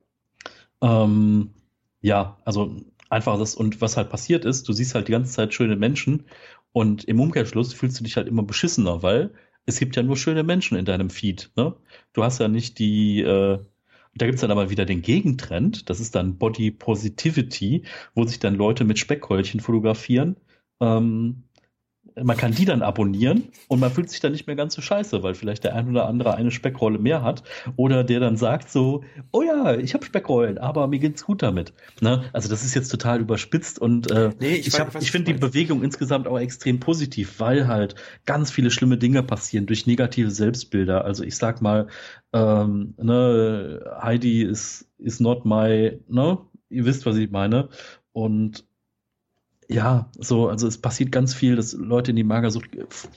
Ähm, ja, also einfach das. Und was halt passiert ist, du siehst halt die ganze Zeit schöne Menschen und im Umkehrschluss fühlst du dich halt immer beschissener, weil es gibt ja nur schöne Menschen in deinem Feed. Ne? Du hast ja nicht die äh, Da gibt's dann aber wieder den Gegentrend, das ist dann Body Positivity, wo sich dann Leute mit Speckhäulchen fotografieren. Ähm, man kann die dann abonnieren und man fühlt sich dann nicht mehr ganz so scheiße, weil vielleicht der ein oder andere eine Speckrolle mehr hat oder der dann sagt so, oh ja, ich habe Speckrollen, aber mir geht's gut damit. Ne? Also das ist jetzt total überspitzt und äh, nee, ich, ich, ich finde die Bewegung insgesamt auch extrem positiv, weil halt ganz viele schlimme Dinge passieren durch negative Selbstbilder. Also ich sag mal, ähm, ne, Heidi ist is not my, ne, ihr wisst, was ich meine. Und ja, so, also es passiert ganz viel, dass Leute in die Magersucht,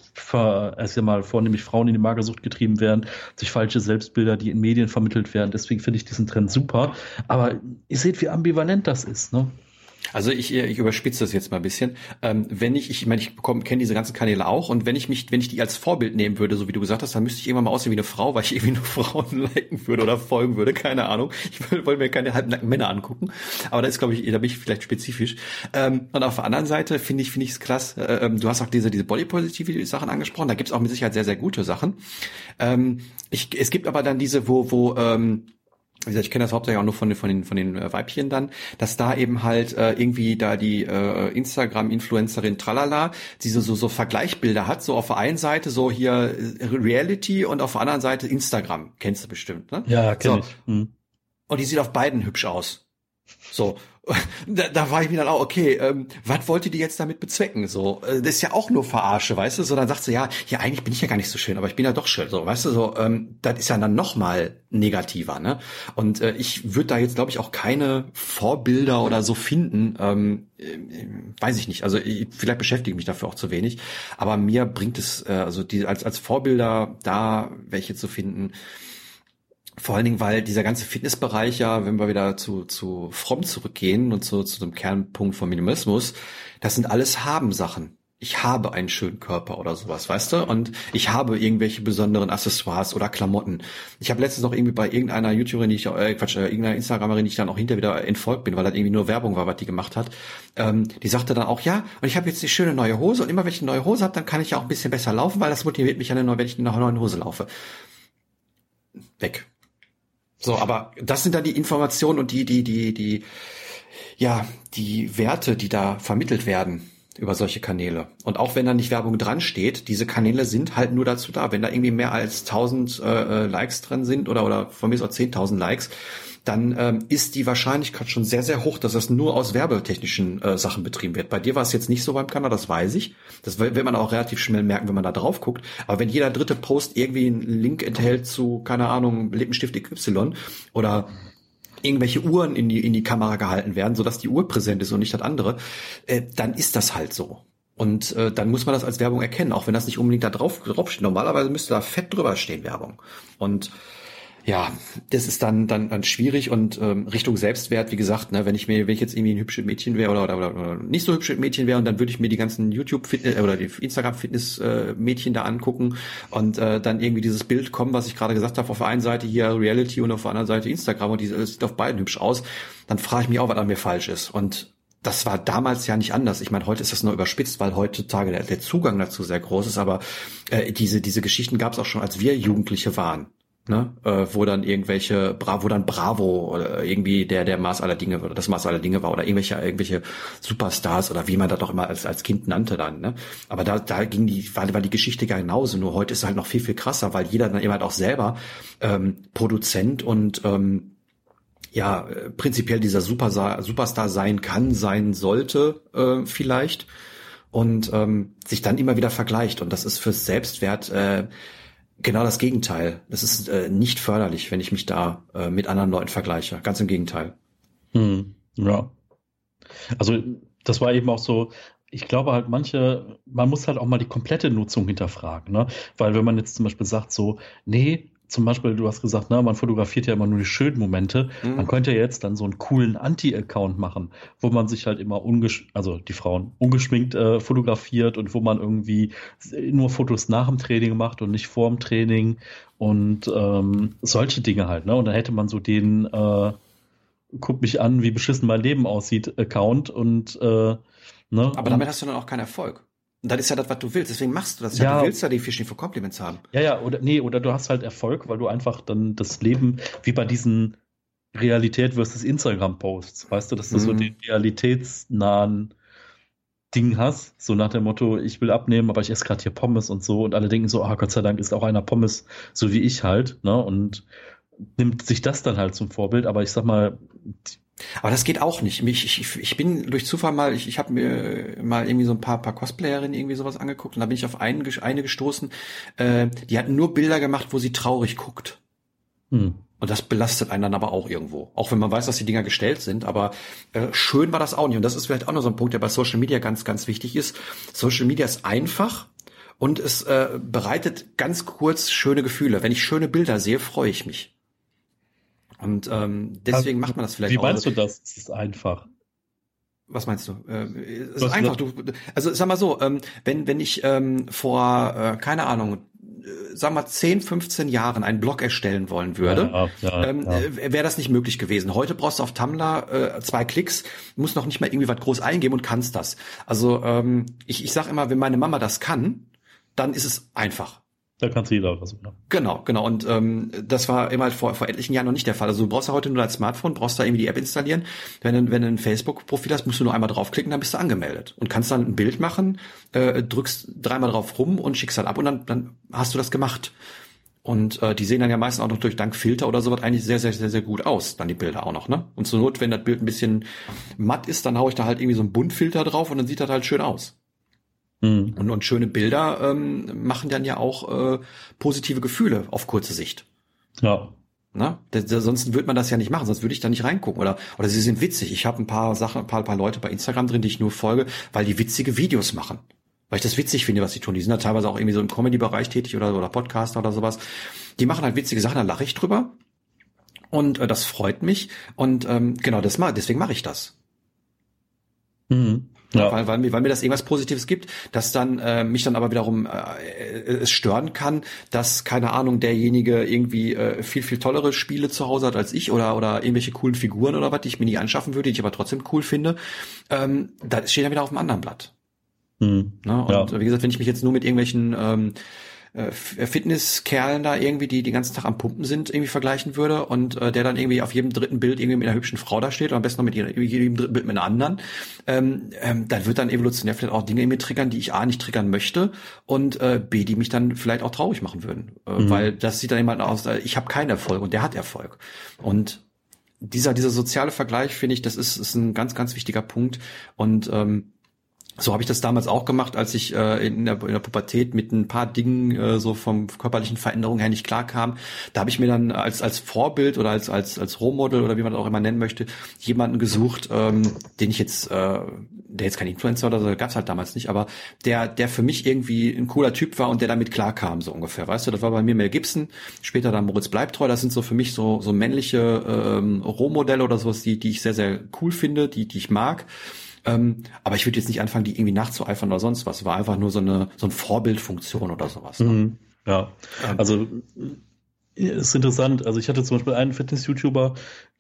erst einmal vornehmlich Frauen in die Magersucht getrieben werden, durch falsche Selbstbilder, die in Medien vermittelt werden. Deswegen finde ich diesen Trend super. Aber ihr seht, wie ambivalent das ist, ne? Also ich, ich überspitze das jetzt mal ein bisschen. Ähm, wenn ich, ich meine, ich kenne diese ganzen Kanäle auch und wenn ich mich, wenn ich die als Vorbild nehmen würde, so wie du gesagt hast, dann müsste ich irgendwann mal aussehen wie eine Frau, weil ich irgendwie nur Frauen liken würde oder folgen würde, keine Ahnung. Ich wollte mir keine halbnackten Männer angucken, aber da ist, glaube ich, da bin ich vielleicht spezifisch. Ähm, und auf der anderen Seite finde ich, finde ich es krass. Äh, du hast auch diese diese Body Positivity Sachen angesprochen. Da gibt es auch mit Sicherheit sehr sehr gute Sachen. Ähm, ich, es gibt aber dann diese, wo wo ähm, wie gesagt, ich kenne das hauptsächlich auch nur von den von den von den äh, Weibchen dann, dass da eben halt äh, irgendwie da die äh, Instagram-Influencerin Tralala diese so so Vergleichbilder hat, so auf der einen Seite so hier äh, Reality und auf der anderen Seite Instagram, kennst du bestimmt, ne? Ja, kenn so. ich. Hm. Und die sieht auf beiden hübsch aus. So. Da, da war ich mir dann auch, okay, ähm, was wollte die jetzt damit bezwecken? So, äh, das ist ja auch nur Verarsche, weißt du? So, dann sagt sie, ja, ja, eigentlich bin ich ja gar nicht so schön, aber ich bin ja doch schön, so, weißt du, so, ähm, das ist ja dann noch mal negativer, ne? Und äh, ich würde da jetzt, glaube ich, auch keine Vorbilder oder so finden, ähm, äh, weiß ich nicht, also ich, vielleicht beschäftige ich mich dafür auch zu wenig, aber mir bringt es, äh, also die als als Vorbilder da welche zu finden, vor allen Dingen, weil dieser ganze Fitnessbereich ja, wenn wir wieder zu zu fromm zurückgehen und zu zu dem Kernpunkt von Minimalismus, das sind alles Haben-Sachen. Ich habe einen schönen Körper oder sowas, weißt du? Und ich habe irgendwelche besonderen Accessoires oder Klamotten. Ich habe letztens noch irgendwie bei irgendeiner YouTuberin, die ich, äh, Quatsch, äh, irgendeiner Instagramerin, die ich dann auch hinterher wieder entfolgt bin, weil das irgendwie nur Werbung war, was die gemacht hat. Ähm, die sagte dann auch, ja, und ich habe jetzt eine schöne neue Hose und immer wenn ich eine neue Hose habe, dann kann ich ja auch ein bisschen besser laufen, weil das motiviert mich ja nur, wenn ich in einer neuen Hose laufe. Weg. So, aber das sind dann die Informationen und die, die, die, die, ja, die Werte, die da vermittelt werden über solche Kanäle. Und auch wenn da nicht Werbung dran steht, diese Kanäle sind halt nur dazu da. Wenn da irgendwie mehr als tausend äh, Likes drin sind oder oder von mir ist auch zehntausend Likes, dann ähm, ist die Wahrscheinlichkeit schon sehr, sehr hoch, dass das nur aus werbetechnischen äh, Sachen betrieben wird. Bei dir war es jetzt nicht so beim Kanal, das weiß ich. Das will man auch relativ schnell merken, wenn man da drauf guckt. Aber wenn jeder dritte Post irgendwie einen Link enthält zu, keine Ahnung, Lippenstift X Y oder irgendwelche Uhren in die in die Kamera gehalten werden, sodass die Uhr präsent ist und nicht das andere, äh, dann ist das halt so. Und äh, dann muss man das als Werbung erkennen, auch wenn das nicht unbedingt da drauf, drauf steht. Normalerweise müsste da fett drüber stehen, Werbung. Und ja, das ist dann dann dann schwierig und ähm, Richtung Selbstwert, wie gesagt, ne, wenn ich mir, wenn ich jetzt irgendwie ein hübsches Mädchen wäre oder, oder oder nicht so hübsches Mädchen wäre und dann würde ich mir die ganzen YouTube Fitness oder die Instagram Fitness äh, Mädchen da angucken und äh, dann irgendwie dieses Bild kommen, was ich gerade gesagt habe, auf der einen Seite hier Reality und auf der anderen Seite Instagram und die das sieht auf beiden hübsch aus, dann frage ich mich auch, was an mir falsch ist. Und das war damals ja nicht anders. Ich meine, heute ist das nur überspitzt, weil heutzutage der, der Zugang dazu sehr groß ist, aber äh, diese diese Geschichten gab es auch schon, als wir Jugendliche waren. Ne, äh, wo dann irgendwelche, Bra wo dann Bravo oder irgendwie der der Maß aller Dinge oder das Maß aller Dinge war oder irgendwelche irgendwelche Superstars oder wie man das doch immer als als Kind nannte dann. Ne, aber da da ging die war, war die Geschichte gar genauso. Nur heute ist es halt noch viel viel krasser, weil jeder dann eben halt auch selber ähm, Produzent und ähm, ja äh, prinzipiell dieser Superstar Superstar sein kann, sein sollte äh, vielleicht und ähm, sich dann immer wieder vergleicht und das ist fürs Selbstwert äh, genau das Gegenteil. Das ist äh, nicht förderlich, wenn ich mich da äh, mit anderen Leuten vergleiche. Ganz im Gegenteil. Hm, ja. Also das war eben auch so, ich glaube halt manche, man muss halt auch mal die komplette Nutzung hinterfragen, ne? Weil wenn man jetzt zum Beispiel sagt so, nee, zum Beispiel, du hast gesagt, ne, man fotografiert ja immer nur die schönen Momente. Mhm. Man könnte ja jetzt dann so einen coolen Anti-Account machen, wo man sich halt immer ungesch also die Frauen ungeschminkt äh, fotografiert und wo man irgendwie nur Fotos nach dem Training macht und nicht vor dem Training und ähm, solche Dinge halt, ne? Und dann hätte man so den äh, guck mich an, wie beschissen mein Leben aussieht, Account und äh, ne? Aber damit hast du dann auch keinen Erfolg. Und das ist ja das, was du willst. Deswegen machst du das ja. ja. Du willst ja die Fishing for Compliments haben. Ja, ja, oder nee, oder du hast halt Erfolg, weil du einfach dann das Leben, wie bei diesen Realität versus Instagram-Posts, weißt du, dass du mhm. so den realitätsnahen Ding hast, so nach dem Motto, ich will abnehmen, aber ich esse gerade hier Pommes und so und alle denken so, ah, Gott sei Dank ist auch einer Pommes, so wie ich halt, ne, und nimmt sich das dann halt zum Vorbild, aber ich sag mal, aber das geht auch nicht. Ich, ich, ich bin durch Zufall mal, ich, ich habe mir mal irgendwie so ein paar, paar Cosplayerinnen irgendwie sowas angeguckt und da bin ich auf einen, eine gestoßen, äh, die hatten nur Bilder gemacht, wo sie traurig guckt. Hm. Und das belastet einen dann aber auch irgendwo. Auch wenn man weiß, dass die Dinger gestellt sind, aber äh, schön war das auch nicht. Und das ist vielleicht auch noch so ein Punkt, der bei Social Media ganz, ganz wichtig ist. Social Media ist einfach und es äh, bereitet ganz kurz schöne Gefühle. Wenn ich schöne Bilder sehe, freue ich mich. Und ähm, deswegen also, macht man das vielleicht wie auch. Wie meinst du das? Es ist einfach. Was meinst du? Äh, es ist Was einfach. Du, also sag mal so, ähm, wenn wenn ich ähm, vor äh, keine Ahnung, äh, sag mal zehn, fünfzehn Jahren einen Blog erstellen wollen würde, ja, ja, ähm, ja. äh, wäre das nicht möglich gewesen. Heute brauchst du auf Tumblr äh, zwei Klicks, musst noch nicht mal irgendwie was groß eingeben und kannst das. Also ähm, ich ich sag immer, wenn meine Mama das kann, dann ist es einfach. Da kannst du jeder was machen. Genau, genau. Und ähm, das war immer vor, vor etlichen Jahren noch nicht der Fall. Also du brauchst ja heute nur dein Smartphone, brauchst da irgendwie die App installieren. Wenn du, wenn du ein Facebook-Profil hast, musst du nur einmal draufklicken, dann bist du angemeldet. Und kannst dann ein Bild machen, äh, drückst dreimal drauf rum und schickst dann ab und dann, dann hast du das gemacht. Und äh, die sehen dann ja meistens auch noch durch dank Filter oder sowas eigentlich sehr, sehr, sehr, sehr gut aus, dann die Bilder auch noch, ne? Und zur Not, wenn das Bild ein bisschen matt ist, dann hau ich da halt irgendwie so einen Buntfilter drauf und dann sieht das halt schön aus. Mhm. Und, und schöne Bilder ähm, machen dann ja auch äh, positive Gefühle auf kurze Sicht. Ja. Na, das, das, sonst würde man das ja nicht machen, sonst würde ich da nicht reingucken. Oder oder sie sind witzig. Ich habe ein paar Sachen, ein paar, ein paar Leute bei Instagram drin, die ich nur folge, weil die witzige Videos machen. Weil ich das witzig finde, was sie tun. Die sind ja teilweise auch irgendwie so im Comedy-Bereich tätig oder, oder Podcaster oder sowas. Die machen halt witzige Sachen, da lache ich drüber. Und äh, das freut mich. Und ähm, genau, das mal, deswegen mache ich das. Mhm. Ja. Weil, weil, mir, weil mir das irgendwas Positives gibt, dass dann äh, mich dann aber wiederum äh, es stören kann, dass, keine Ahnung, derjenige irgendwie äh, viel, viel tollere Spiele zu Hause hat als ich oder oder irgendwelche coolen Figuren oder was, die ich mir nie anschaffen würde, die ich aber trotzdem cool finde. Ähm, da steht dann wieder auf dem anderen Blatt. Mhm. Ne? Und ja. wie gesagt, wenn ich mich jetzt nur mit irgendwelchen ähm, äh, Fitnesskerlen da irgendwie, die den ganzen Tag am Pumpen sind, irgendwie vergleichen würde und äh, der dann irgendwie auf jedem dritten Bild irgendwie mit einer hübschen Frau da steht oder am besten noch mit ihrer, jedem dritten Bild mit einer anderen, ähm, ähm, dann wird dann evolutionär vielleicht auch Dinge in mir triggern, die ich A nicht triggern möchte und äh, B, die mich dann vielleicht auch traurig machen würden. Äh, mhm. Weil das sieht dann jemand aus, äh, ich habe keinen Erfolg und der hat Erfolg. Und dieser dieser soziale Vergleich, finde ich, das ist, ist ein ganz, ganz wichtiger Punkt und ähm, so habe ich das damals auch gemacht, als ich äh, in, der, in der Pubertät mit ein paar Dingen äh, so vom körperlichen Veränderungen her nicht klar kam. Da habe ich mir dann als als Vorbild oder als als als Rohmodel oder wie man das auch immer nennen möchte, jemanden gesucht, ähm, den ich jetzt, äh, der jetzt kein Influencer oder so, gab's halt damals nicht, aber der der für mich irgendwie ein cooler Typ war und der damit klar kam, so ungefähr. Weißt du, das war bei mir Mel Gibson, später dann Moritz Bleibtreu. Das sind so für mich so so männliche ähm, Rohmodelle oder sowas, die die ich sehr sehr cool finde, die die ich mag. Ähm, aber ich würde jetzt nicht anfangen, die irgendwie nachzueifern oder sonst was. War einfach nur so eine so eine Vorbildfunktion oder sowas. Ne? Mhm. Ja, ähm. also ist interessant. Also ich hatte zum Beispiel einen Fitness-YouTuber,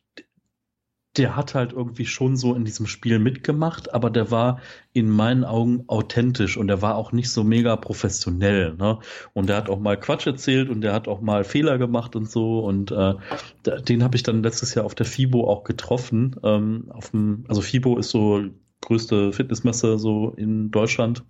der hat halt irgendwie schon so in diesem Spiel mitgemacht, aber der war in meinen Augen authentisch und der war auch nicht so mega professionell, ne? Und der hat auch mal Quatsch erzählt und der hat auch mal Fehler gemacht und so und äh, den habe ich dann letztes Jahr auf der FIBO auch getroffen. Ähm, auf dem, also FIBO ist so größte Fitnessmesse so in Deutschland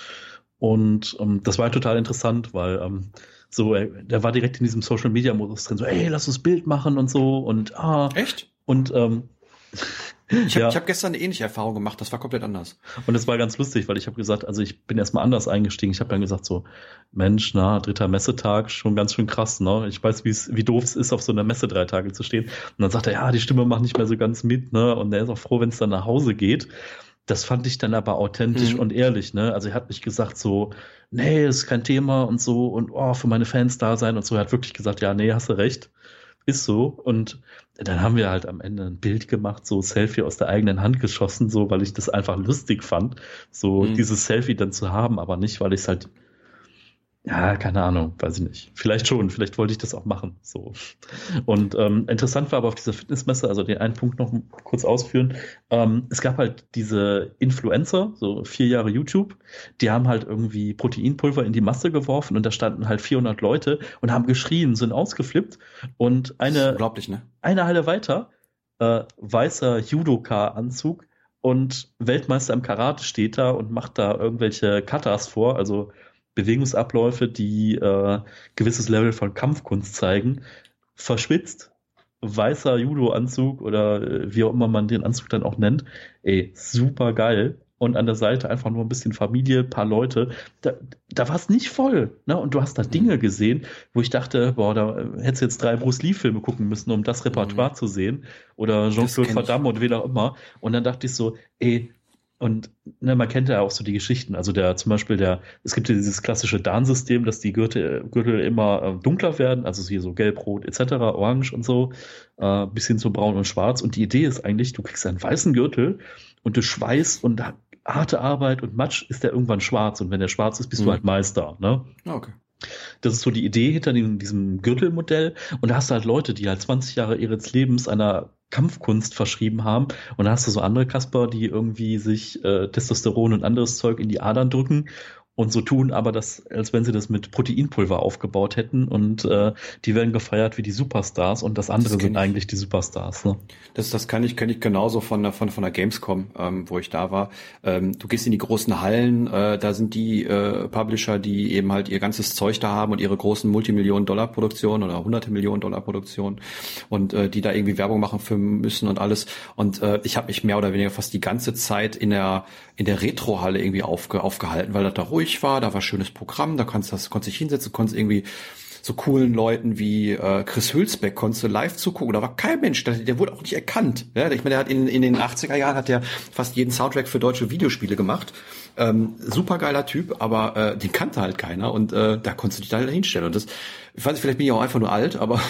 und ähm, das war halt total interessant, weil ähm, so er, der war direkt in diesem Social Media Modus drin, so ey, lass uns Bild machen und so und ah echt und ähm, ich habe ja. ich hab gestern eine ähnliche Erfahrung gemacht, das war komplett anders. Und es war ganz lustig, weil ich habe gesagt, also ich bin erstmal anders eingestiegen. Ich habe dann gesagt so, Mensch, na, dritter Messetag, schon ganz schön krass, ne? Ich weiß, wie es wie doof es ist, auf so einer Messe drei Tage zu stehen. Und dann sagt er, ja, die Stimme macht nicht mehr so ganz mit, ne? Und er ist auch froh, wenn es dann nach Hause geht. Das fand ich dann aber authentisch mhm. und ehrlich, ne? Also er hat nicht gesagt so, nee, das ist kein Thema und so und oh, für meine Fans da sein und so. Er hat wirklich gesagt, ja, nee, hast du recht. Ist so. Und dann haben wir halt am Ende ein Bild gemacht, so Selfie aus der eigenen Hand geschossen, so, weil ich das einfach lustig fand, so mhm. dieses Selfie dann zu haben, aber nicht, weil ich es halt, ja, keine Ahnung, weiß ich nicht. Vielleicht schon, vielleicht wollte ich das auch machen, so. Und ähm, interessant war aber auf dieser Fitnessmesse, also den einen Punkt noch kurz ausführen, ähm, es gab halt diese Influencer, so vier Jahre YouTube, die haben halt irgendwie Proteinpulver in die Masse geworfen und da standen halt vierhundert Leute und haben geschrien, sind ausgeflippt und eine, das ist unglaublich, ne? Eine Halle weiter, äh, weißer Judoka-Anzug und Weltmeister im Karate steht da und macht da irgendwelche Katas vor, also Bewegungsabläufe, die äh, gewisses Level von Kampfkunst zeigen, verschwitzt, weißer Judo-Anzug oder äh, wie auch immer man den Anzug dann auch nennt, ey, super geil. Und an der Seite einfach nur ein bisschen Familie, paar Leute. Da, da war es nicht voll, ne? Und du hast da Dinge gesehen, wo ich dachte, boah, da hättest du jetzt drei Bruce Lee-Filme gucken müssen, um das Repertoire mhm. zu sehen. Oder Jean-Claude Van Damme und wen auch immer. Und dann dachte ich so, ey, und ne, man kennt ja auch so die Geschichten, also der zum Beispiel der, es gibt ja dieses klassische Dan-System, dass die Gürtel, Gürtel immer äh, dunkler werden, also hier so gelb, rot et cetera, orange und so, äh, bis hin zu braun und schwarz. Und die Idee ist eigentlich, du kriegst einen weißen Gürtel und du schweißt und harte Arbeit und Matsch ist der irgendwann schwarz. Und wenn der schwarz ist, bist mhm. du halt Meister, ne? Okay. Das ist so die Idee hinter diesem Gürtelmodell. Und da hast du halt Leute, die halt zwanzig Jahre ihres Lebens einer Kampfkunst verschrieben haben. Und da hast du so andere Kasper, die irgendwie sich äh, Testosteron und anderes Zeug in die Adern drücken und so tun, aber das, als wenn sie das mit Proteinpulver aufgebaut hätten und äh, die werden gefeiert wie die Superstars und das andere das sind eigentlich die Superstars. Ne? Das, das kann ich, kann ich genauso von der, von, von der Gamescom, ähm, wo ich da war. Ähm, du gehst in die großen Hallen, äh, da sind die äh, Publisher, die eben halt ihr ganzes Zeug da haben und ihre großen Multimillionen-Dollar-Produktionen oder hunderte Millionen Dollar-Produktionen und äh, die da irgendwie Werbung machen für müssen und alles. Und äh, ich habe mich mehr oder weniger fast die ganze Zeit in der in der Retro-Halle irgendwie aufge, aufgehalten, weil das da ruhig war, da war schönes Programm, da konntest du konntest dich hinsetzen, konntest irgendwie so coolen Leuten wie äh, Chris Hülsbeck konntest du live zugucken, da war kein Mensch, der, der wurde auch nicht erkannt. Ja, ich meine, der hat in in den achtziger Jahren hat der fast jeden Soundtrack für deutsche Videospiele gemacht. Ähm, super geiler Typ, aber äh, den kannte halt keiner und äh, da konntest du dich da hinstellen und das, ich weiß nicht, vielleicht bin ich auch einfach nur alt, aber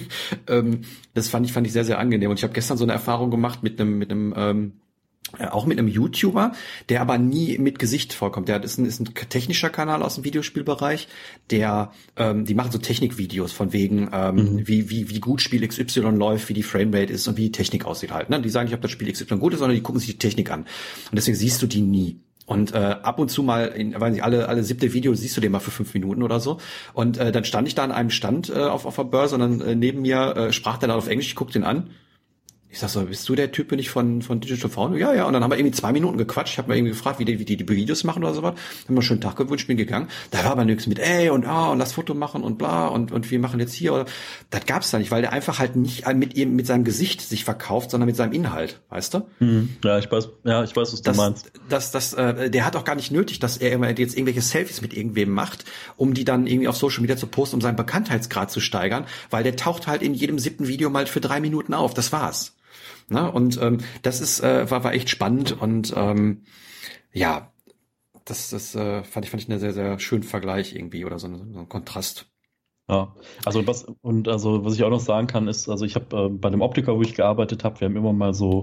ähm, das fand ich fand ich sehr sehr angenehm und ich habe gestern so eine Erfahrung gemacht mit einem mit einem ähm, auch mit einem YouTuber, der aber nie mit Gesicht vorkommt. Der ist ein, ist ein technischer Kanal aus dem Videospielbereich, der, ähm, die machen so Technikvideos von wegen, ähm, mhm. wie, wie, wie gut Spiel X Y läuft, wie die Framerate ist und wie die Technik aussieht halt. Ne? Die sagen nicht, ob das Spiel X Y gut ist, sondern die gucken sich die Technik an. Und deswegen siehst du die nie. Und äh, ab und zu mal, in, weiß nicht, alle alle siebte Video siehst du den mal für fünf Minuten oder so. Und äh, dann stand ich da an einem Stand äh, auf auf der Börse und dann äh, neben mir äh, sprach der dann auf Englisch, ich guck den an. Ich sag so, bist du der Typ, bin ich von von Digital Foundry? Ja, ja. Und dann haben wir irgendwie zwei Minuten gequatscht. Ich habe mir irgendwie gefragt, wie die, wie die die Videos machen oder sowas. Haben wir einen schönen Tag gewünscht, bin gegangen. Da war aber nichts mit, ey und ah und lass Foto machen und bla und und wir machen jetzt hier oder das gab's da nicht, weil der einfach halt nicht mit ihm mit seinem Gesicht sich verkauft, sondern mit seinem Inhalt, weißt du? Mhm. Ja, ich weiß, ja, ich weiß, was das, du meinst. Das, das, äh, der hat auch gar nicht nötig, dass er immer jetzt irgendwelche Selfies mit irgendwem macht, um die dann irgendwie auf Social Media zu posten, um seinen Bekanntheitsgrad zu steigern, weil der taucht halt in jedem siebten Video mal für drei Minuten auf. Das war's. Na, und ähm, das ist äh, war war echt spannend und ähm, ja, das das äh, fand ich fand ich einen sehr sehr schönen Vergleich irgendwie oder so, ein, so ein Kontrast. Ja, also was und also was ich auch noch sagen kann ist, also ich habe äh, bei dem Optiker, wo ich gearbeitet habe, wir haben immer mal so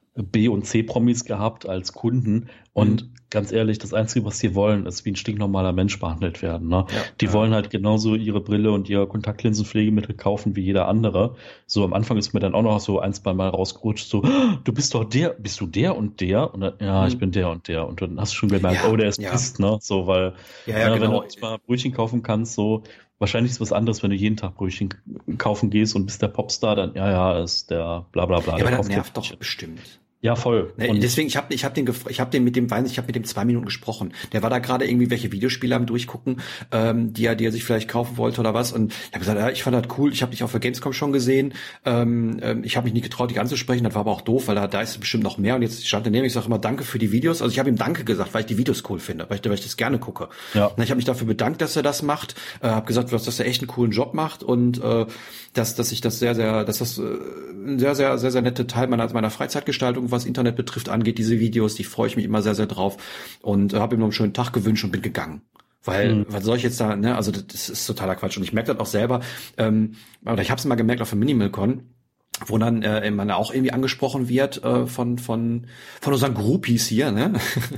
B- und C-Promis gehabt als Kunden und mhm. ganz ehrlich, das Einzige, was die wollen, ist wie ein stinknormaler Mensch behandelt werden. Ne? Ja, die ja. wollen halt genauso ihre Brille und ihre Kontaktlinsenpflegemittel kaufen wie jeder andere. So am Anfang ist mir dann auch noch so ein, zwei Mal rausgerutscht, so, du bist doch der, bist du der und der? Und dann, ja, mhm. ich bin der und der. Und dann hast du schon gemerkt, ja, oh, der ist ja. Pist, ne? So, weil ja, ja, äh, genau. wenn du mal Brötchen kaufen kannst, so, wahrscheinlich ist was anderes, wenn du jeden Tag Brötchen kaufen gehst und bist der Popstar, dann, ja, ja, ist der bla bla bla. Ja, aber das nervt doch bestimmt. Ja, voll. Nee, und deswegen, ich habe ich hab den, ich habe den mit dem, weiß ich habe mit dem zwei Minuten gesprochen. Der war da gerade irgendwie welche Videospiele am durchgucken, ähm, die er, die er sich vielleicht kaufen wollte oder was. Und ich habe gesagt, ja, ich fand das cool. Ich habe dich auf der Gamescom schon gesehen. Ähm, ähm, ich habe mich nicht getraut, dich anzusprechen. Das war aber auch doof, weil da, da ist bestimmt noch mehr. Und jetzt stand er neben mir, ich sage immer Danke für die Videos. Also ich habe ihm Danke gesagt, weil ich die Videos cool finde, weil ich, weil ich das gerne gucke. Ja. Und ich habe mich dafür bedankt, dass er das macht. Äh, habe gesagt, dass, dass er echt einen coolen Job macht und äh, dass, dass ich das sehr, sehr, dass das äh, ein sehr, sehr, sehr, sehr nette Teil meiner meiner Freizeitgestaltung, was Internet betrifft, angeht, diese Videos, die freue ich mich immer sehr, sehr drauf und äh, habe ihm noch einen schönen Tag gewünscht und bin gegangen. Weil, mhm. was soll ich jetzt da, ne, also das ist totaler Quatsch und ich merke das auch selber, ähm, oder ich habe es mal gemerkt auf dem MinimalCon, wo dann äh, man auch irgendwie angesprochen wird äh, von von von unseren Groupies hier, ne,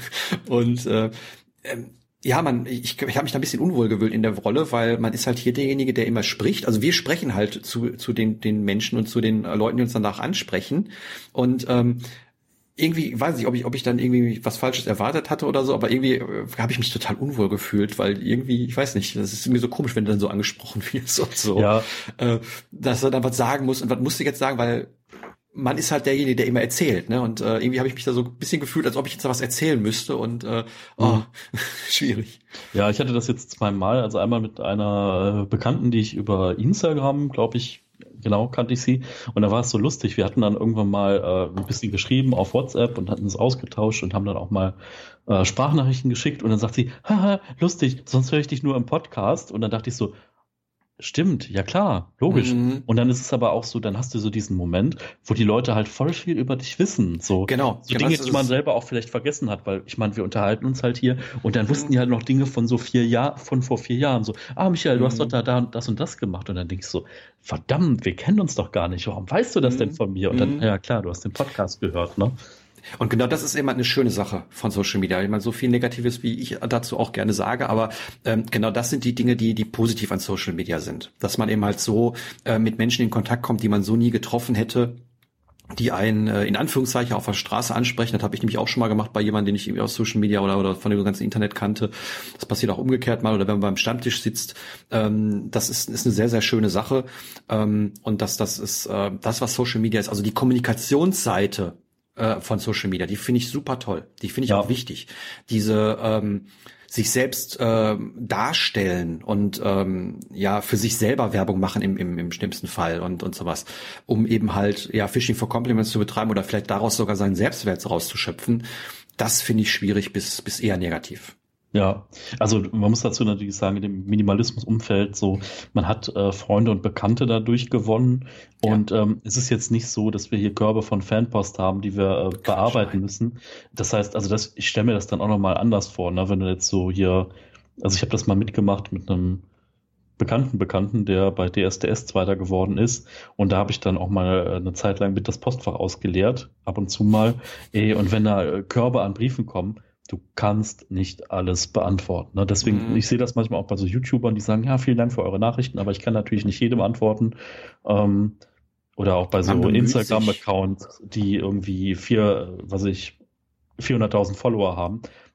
und äh, ähm, ja, man, ich, ich habe mich da ein bisschen unwohl gewöhnt in der Rolle, weil man ist halt hier derjenige, der immer spricht. Also wir sprechen halt zu zu den den Menschen und zu den äh, Leuten, die uns danach ansprechen und ähm, irgendwie, weiß ich, ob ich, ob ich dann irgendwie was Falsches erwartet hatte oder so, aber irgendwie äh, habe ich mich total unwohl gefühlt, weil irgendwie, ich weiß nicht, das ist irgendwie so komisch, wenn du dann so angesprochen wirst und so, ja. äh, dass er dann was sagen muss und was musst du jetzt sagen, weil man ist halt derjenige, der immer erzählt, ne? Und äh, irgendwie habe ich mich da so ein bisschen gefühlt, als ob ich jetzt da was erzählen müsste und äh, oh, mhm. schwierig. Ja, ich hatte das jetzt zweimal, also einmal mit einer äh, Bekannten, die ich über Instagram, glaube ich, genau, kannte ich sie. Und da war es so lustig. Wir hatten dann irgendwann mal äh, ein bisschen geschrieben auf WhatsApp und hatten es ausgetauscht und haben dann auch mal äh, Sprachnachrichten geschickt. Und dann sagt sie, haha, lustig, sonst höre ich dich nur im Podcast. Und dann dachte ich so, stimmt, ja klar, logisch. Mhm. Und dann ist es aber auch so, dann hast du so diesen Moment, wo die Leute halt voll viel über dich wissen. So, genau, so genau, Dinge, die man selber auch vielleicht vergessen hat, weil ich meine, wir unterhalten uns halt hier und dann mhm. wussten die halt noch Dinge von so vier Jahren, von vor vier Jahren. So, ah, Michael, du mhm. hast doch da, da das und das gemacht. Und dann denke ich so, verdammt, wir kennen uns doch gar nicht. Warum weißt du das mhm. denn von mir? Und dann, mhm. ja klar, du hast den Podcast gehört, ne? Und genau das ist immer eine schöne Sache von Social Media. Ich meine, so viel Negatives, wie ich dazu auch gerne sage, aber ähm, genau das sind die Dinge, die die positiv an Social Media sind. Dass man eben halt so äh, mit Menschen in Kontakt kommt, die man so nie getroffen hätte, die einen äh, in Anführungszeichen auf der Straße ansprechen. Das habe ich nämlich auch schon mal gemacht bei jemandem, den ich irgendwie aus Social Media oder oder von dem ganzen Internet kannte. Das passiert auch umgekehrt mal oder wenn man beim Stammtisch sitzt. Ähm, das ist ist eine sehr, sehr schöne Sache. Ähm, und das, das ist äh, das, was Social Media ist. Also die Kommunikationsseite von Social Media, die finde ich super toll. Die finde ich ja. auch wichtig. Diese ähm, sich selbst ähm, darstellen und ähm, ja für sich selber Werbung machen im, im, im schlimmsten Fall und und sowas, um eben halt ja Fishing for Compliments zu betreiben oder vielleicht daraus sogar seinen Selbstwert rauszuschöpfen. Das finde ich schwierig bis bis eher negativ. Ja, also man muss dazu natürlich sagen, in dem Minimalismus-Umfeld so, man hat äh, Freunde und Bekannte dadurch gewonnen und ja. ähm, es ist jetzt nicht so, dass wir hier Körbe von Fanpost haben, die wir äh, bearbeiten müssen. Das heißt, also das, ich stelle mir das dann auch nochmal anders vor, ne? Wenn du jetzt so hier, also ich habe das mal mitgemacht mit einem bekannten Bekannten, der bei D S D S Zweiter geworden ist und da habe ich dann auch mal eine Zeit lang mit das Postfach ausgeleert, ab und zu mal, ey, und wenn da äh, Körbe an Briefen kommen, du kannst nicht alles beantworten. Ne? Deswegen, mhm. ich sehe das manchmal auch bei so YouTubern, die sagen, ja, vielen Dank für eure Nachrichten, aber ich kann natürlich nicht jedem antworten. Ähm, oder auch bei so Instagram-Accounts, die irgendwie vier, was ich, vierhunderttausend Follower haben.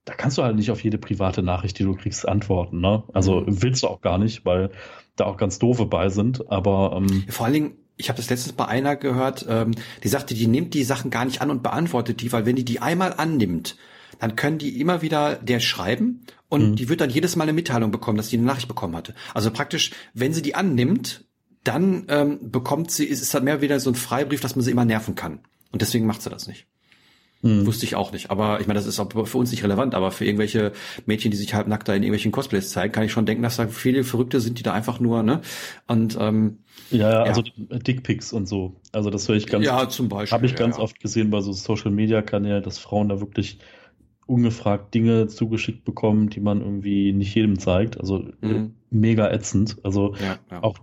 da kannst du halt nicht auf jede private Nachricht, die du kriegst, antworten. Ne? Also mhm. willst du auch gar nicht, weil da auch ganz doofe bei sind. Aber ähm, vor allen Dingen, ich habe das letztens bei einer gehört, ähm, die sagte, die nimmt die Sachen gar nicht an und beantwortet die, weil wenn die die einmal annimmt, dann können die immer wieder der schreiben und mhm. die wird dann jedes Mal eine Mitteilung bekommen, dass die eine Nachricht bekommen hatte. Also praktisch, wenn sie die annimmt, dann ähm, bekommt sie, ist es halt mehr wieder so ein Freibrief, dass man sie immer nerven kann. Und deswegen macht sie das nicht. Hm. Wusste ich auch nicht. Aber ich meine, das ist auch für uns nicht relevant, aber für irgendwelche Mädchen, die sich halbnackt da in irgendwelchen Cosplays zeigen, kann ich schon denken, dass da viele Verrückte sind, die da einfach nur, ne? Und ähm, ja, ja, also Dickpics und so. Also das höre ich ganz ja, zum Beispiel. Habe ich ja, ganz ja. oft gesehen bei so Social Media Kanälen, dass Frauen da wirklich ungefragt Dinge zugeschickt bekommen, die man irgendwie nicht jedem zeigt. Also mhm. mega ätzend. Also ja, ja. auch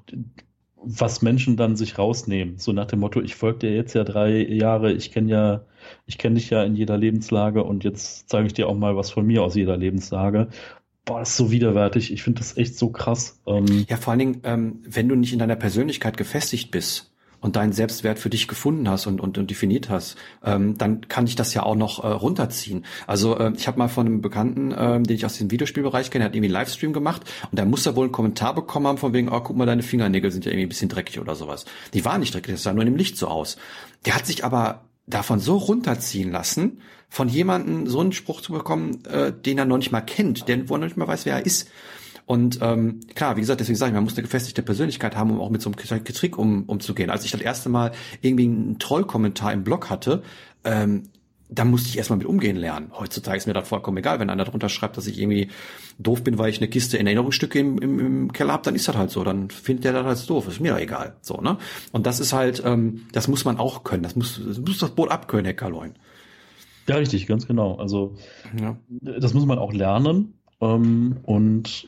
was Menschen dann sich rausnehmen, so nach dem Motto, ich folge dir jetzt ja drei Jahre, ich kenne ja, ich kenne dich ja in jeder Lebenslage und jetzt zeige ich dir auch mal was von mir aus jeder Lebenslage. Boah, das ist so widerwärtig, ich finde das echt so krass. Ähm, ja, vor allen Dingen, ähm, wenn du nicht in deiner Persönlichkeit gefestigt bist und deinen Selbstwert für dich gefunden hast und, und, und definiert hast, ähm, dann kann ich das ja auch noch äh, runterziehen. Also äh, ich habe mal von einem Bekannten, äh, den ich aus dem Videospielbereich kenne, der hat irgendwie einen Livestream gemacht und da muss er wohl einen Kommentar bekommen haben von wegen, oh, guck mal, deine Fingernägel sind ja irgendwie ein bisschen dreckig oder sowas. Die waren nicht dreckig, das sah nur in dem Licht so aus. Der hat sich aber davon so runterziehen lassen, von jemandem so einen Spruch zu bekommen, äh, den er noch nicht mal kennt, der, wo er noch nicht mal weiß, wer er ist. Und ähm, klar, wie gesagt, deswegen sage ich, man muss eine gefestigte Persönlichkeit haben, um auch mit so einem Trick um, umzugehen. Als ich das erste Mal irgendwie einen Trollkommentar im Blog hatte, ähm, da musste ich erstmal mit umgehen lernen. Heutzutage ist mir das vollkommen egal, wenn einer drunter schreibt, dass ich irgendwie doof bin, weil ich eine Kiste Erinnerungsstücke im, im, im Keller habe, dann ist das halt so. Dann findet der das als doof. Ist mir doch egal. So, ne? Und das ist halt, ähm, das muss man auch können. Das muss, das muss das Boot abkönnen, Herr Karloin. Ja, richtig, ganz genau. Also ja. Das muss man auch lernen. Ähm, und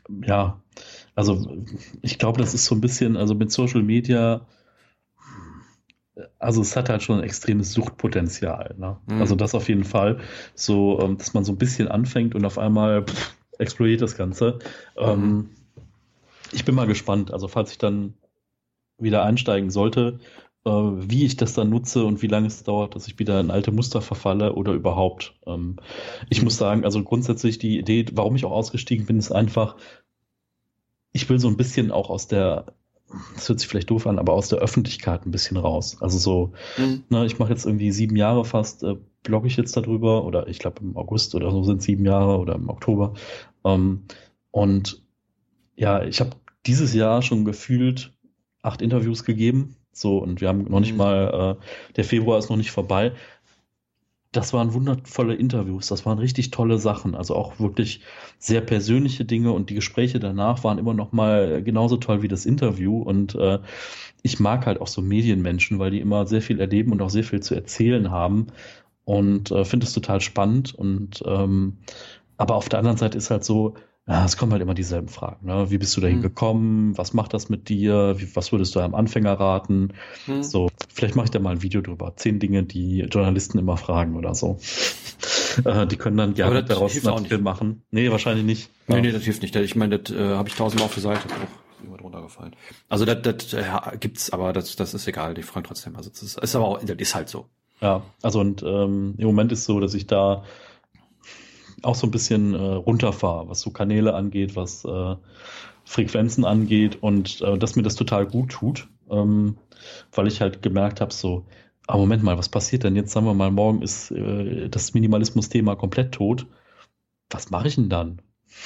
ja, also ich glaube, das ist so ein bisschen, also mit Social Media, also es hat halt schon ein extremes Suchtpotenzial. Ne? Mhm. Also das auf jeden Fall, so, dass man so ein bisschen anfängt und auf einmal pff, explodiert das Ganze. Mhm. Ähm, ich bin mal gespannt, also falls ich dann wieder einsteigen sollte, äh, wie ich das dann nutze und wie lange es dauert, dass ich wieder in alte Muster verfalle oder überhaupt. Ähm, ich mhm. muss sagen, also grundsätzlich die Idee, warum ich auch ausgestiegen bin, ist einfach, ich will so ein bisschen auch aus der, das hört sich vielleicht doof an, aber aus der Öffentlichkeit ein bisschen raus. Also so, mhm. ne, ich mache jetzt irgendwie sieben Jahre fast, äh, blogge ich jetzt darüber, oder ich glaube im August oder so sind sieben Jahre oder im Oktober. Ähm, und ja, ich habe dieses Jahr schon gefühlt acht Interviews gegeben. So, und wir haben noch nicht mhm. mal, äh, der Februar ist noch nicht vorbei. Das waren wundervolle Interviews, das waren richtig tolle Sachen, also auch wirklich sehr persönliche Dinge und die Gespräche danach waren immer noch mal genauso toll wie das Interview und äh, ich mag halt auch so Medienmenschen, weil die immer sehr viel erleben und auch sehr viel zu erzählen haben und äh, finde es total spannend und ähm, aber auf der anderen Seite ist halt so, ja, es kommen halt immer dieselben Fragen. Ne? Wie bist du dahin mhm. gekommen? Was macht das mit dir? Wie, was würdest du einem Anfänger raten? Mhm. So, vielleicht mache ich da mal ein Video drüber. Zehn Dinge, die Journalisten immer fragen oder so. äh, die können dann gerne daraus einen Artikel machen. Nee, wahrscheinlich nicht. Nee, ja. nee, das hilft nicht. Ich meine, das äh, habe ich tausendmal auf der Seite auch immer drunter gefallen. Also das, das äh, gibt's, aber das, das ist egal. Die fragen trotzdem. Also das ist, ist aber auch, das ist halt so. Ja, also und ähm, im Moment ist so, dass ich da auch so ein bisschen äh, runterfahre, was so Kanäle angeht, was äh, Frequenzen angeht und äh, dass mir das total gut tut, ähm, weil ich halt gemerkt habe, so, ah, Moment mal, was passiert denn jetzt? Sagen wir mal, morgen ist äh, das Minimalismus-Thema komplett tot. Was mache ich denn dann?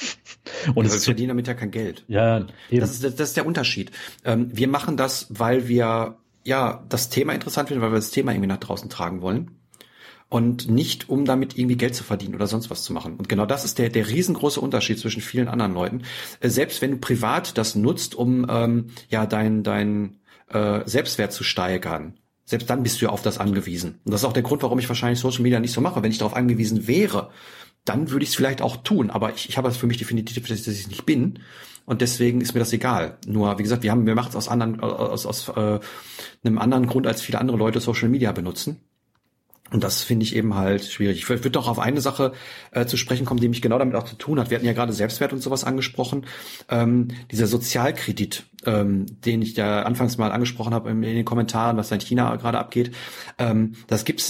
Und ja, wir verdienen damit ja kein Geld. Ja, eben. Das ist, das ist der Unterschied. Ähm, wir machen das, weil wir ja das Thema interessant finden, weil wir das Thema irgendwie nach draußen tragen wollen. Und nicht, um damit irgendwie Geld zu verdienen oder sonst was zu machen. Und genau das ist der, der riesengroße Unterschied zwischen vielen anderen Leuten. Äh, selbst wenn du privat das nutzt, um ähm, ja dein, dein äh, Selbstwert zu steigern, selbst dann bist du ja auf das angewiesen. Und das ist auch der Grund, warum ich wahrscheinlich Social Media nicht so mache. Wenn ich darauf angewiesen wäre, dann würde ich es vielleicht auch tun. Aber ich, ich habe es für mich definitiv, dass ich es nicht bin. Und deswegen ist mir das egal. Nur, wie gesagt, wir haben, wir machen es aus anderen, aus, aus äh, einem anderen Grund, als viele andere Leute Social Media benutzen. Und das finde ich eben halt schwierig. Ich würde noch auf eine Sache äh, zu sprechen kommen, die mich genau damit auch zu tun hat. Wir hatten ja gerade Selbstwert und sowas angesprochen. Ähm, dieser Sozialkredit, ähm, den ich ja anfangs mal angesprochen habe in, in den Kommentaren, was da in China gerade abgeht, ähm, das gibt's